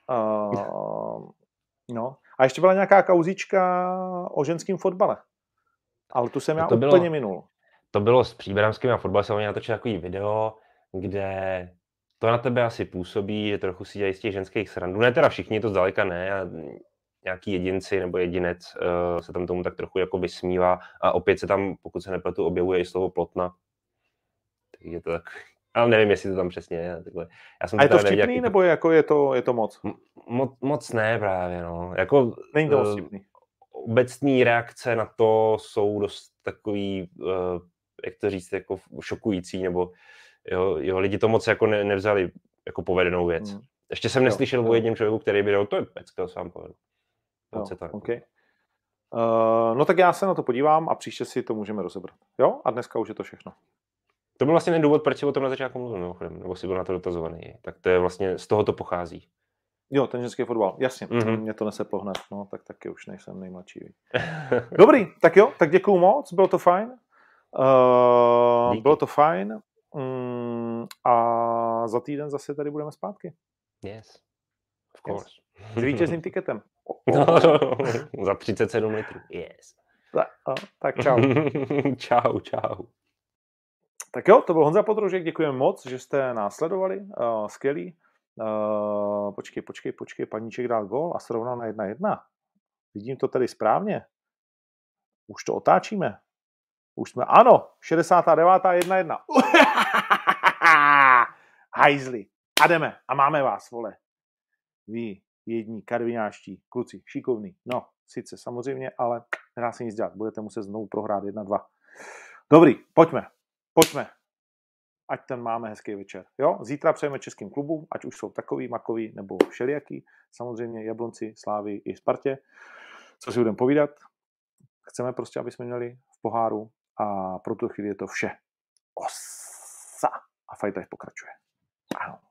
No. A ještě byla nějaká kauzička o ženském fotbale. Ale tu jsem já úplně minul. To bylo s příbramským a fotbal, jsem natočil takový video, kde to na tebe asi působí, že trochu si dělají z těch ženských srandů. Ne teda všichni, to zdaleka ne. A nějaký jedinci nebo jedinec se tam tomu tak trochu jako vysmívá. A opět se tam, pokud se nepletu, objevuje i slovo plotna. Tak je to tak... Ale nevím, jestli to tam přesně je. Takhle. Já jsem a je to vtipný, nebo jako je to moc? Moc ne právě, no. Jako, není to moc vtipný. Obecní reakce na to jsou dost takový, jak to říct, jako šokující, nebo jo, lidi to moc jako nevzali jako povedenou věc. Ještě jsem neslyšel o jedním člověku, který by dal, to je pecka, sám povedl. Okay. No tak já se na to podívám a příště si to můžeme rozebrat. Jo? A dneska už je to všechno. To byl vlastně ten důvod, proč si o tom na začátku mluvil, nebo si byl na to dotazovaný. Tak to je vlastně, z toho to pochází. Jo, ten ženský fotbal, jasně. Mě to neseplo hned, no, tak taky už nejsem nejmladší. Dobrý, tak jo, tak děkuju moc, bylo to fajn. Bylo to fajn. A za týden zase tady budeme zpátky. Yes, of course. S vítězným tiketem. No, za 37 litrů, yes. Tak čau. Čau. Tak jo, to byl Honza Podroužek, děkujeme moc, že jste nás sledovali, skvělý. Počkej, Paníček dal gól a srovnal na 1-1. Vidím to tady správně. Už to otáčíme. Už jsme, ano, 69. 1-1. Hajzli. A jdeme. A máme vás, vole. Vy, jední karvináští kluci, šikovný. No, sice samozřejmě, ale nedá se nic dělat. Budete muset znovu prohrát 1-2. Dobrý, pojďme. Ať ten máme hezký večer. Jo? Zítra přejeme českým klubům, ať už jsou takový, makový nebo všelijaký. Samozřejmě Jablonci, Slávy i Spartě. Co si budeme povídat? Chceme prostě, aby jsme měli v poháru a pro tu chvíli je to vše. Osa! A Fight Life pokračuje. Ano.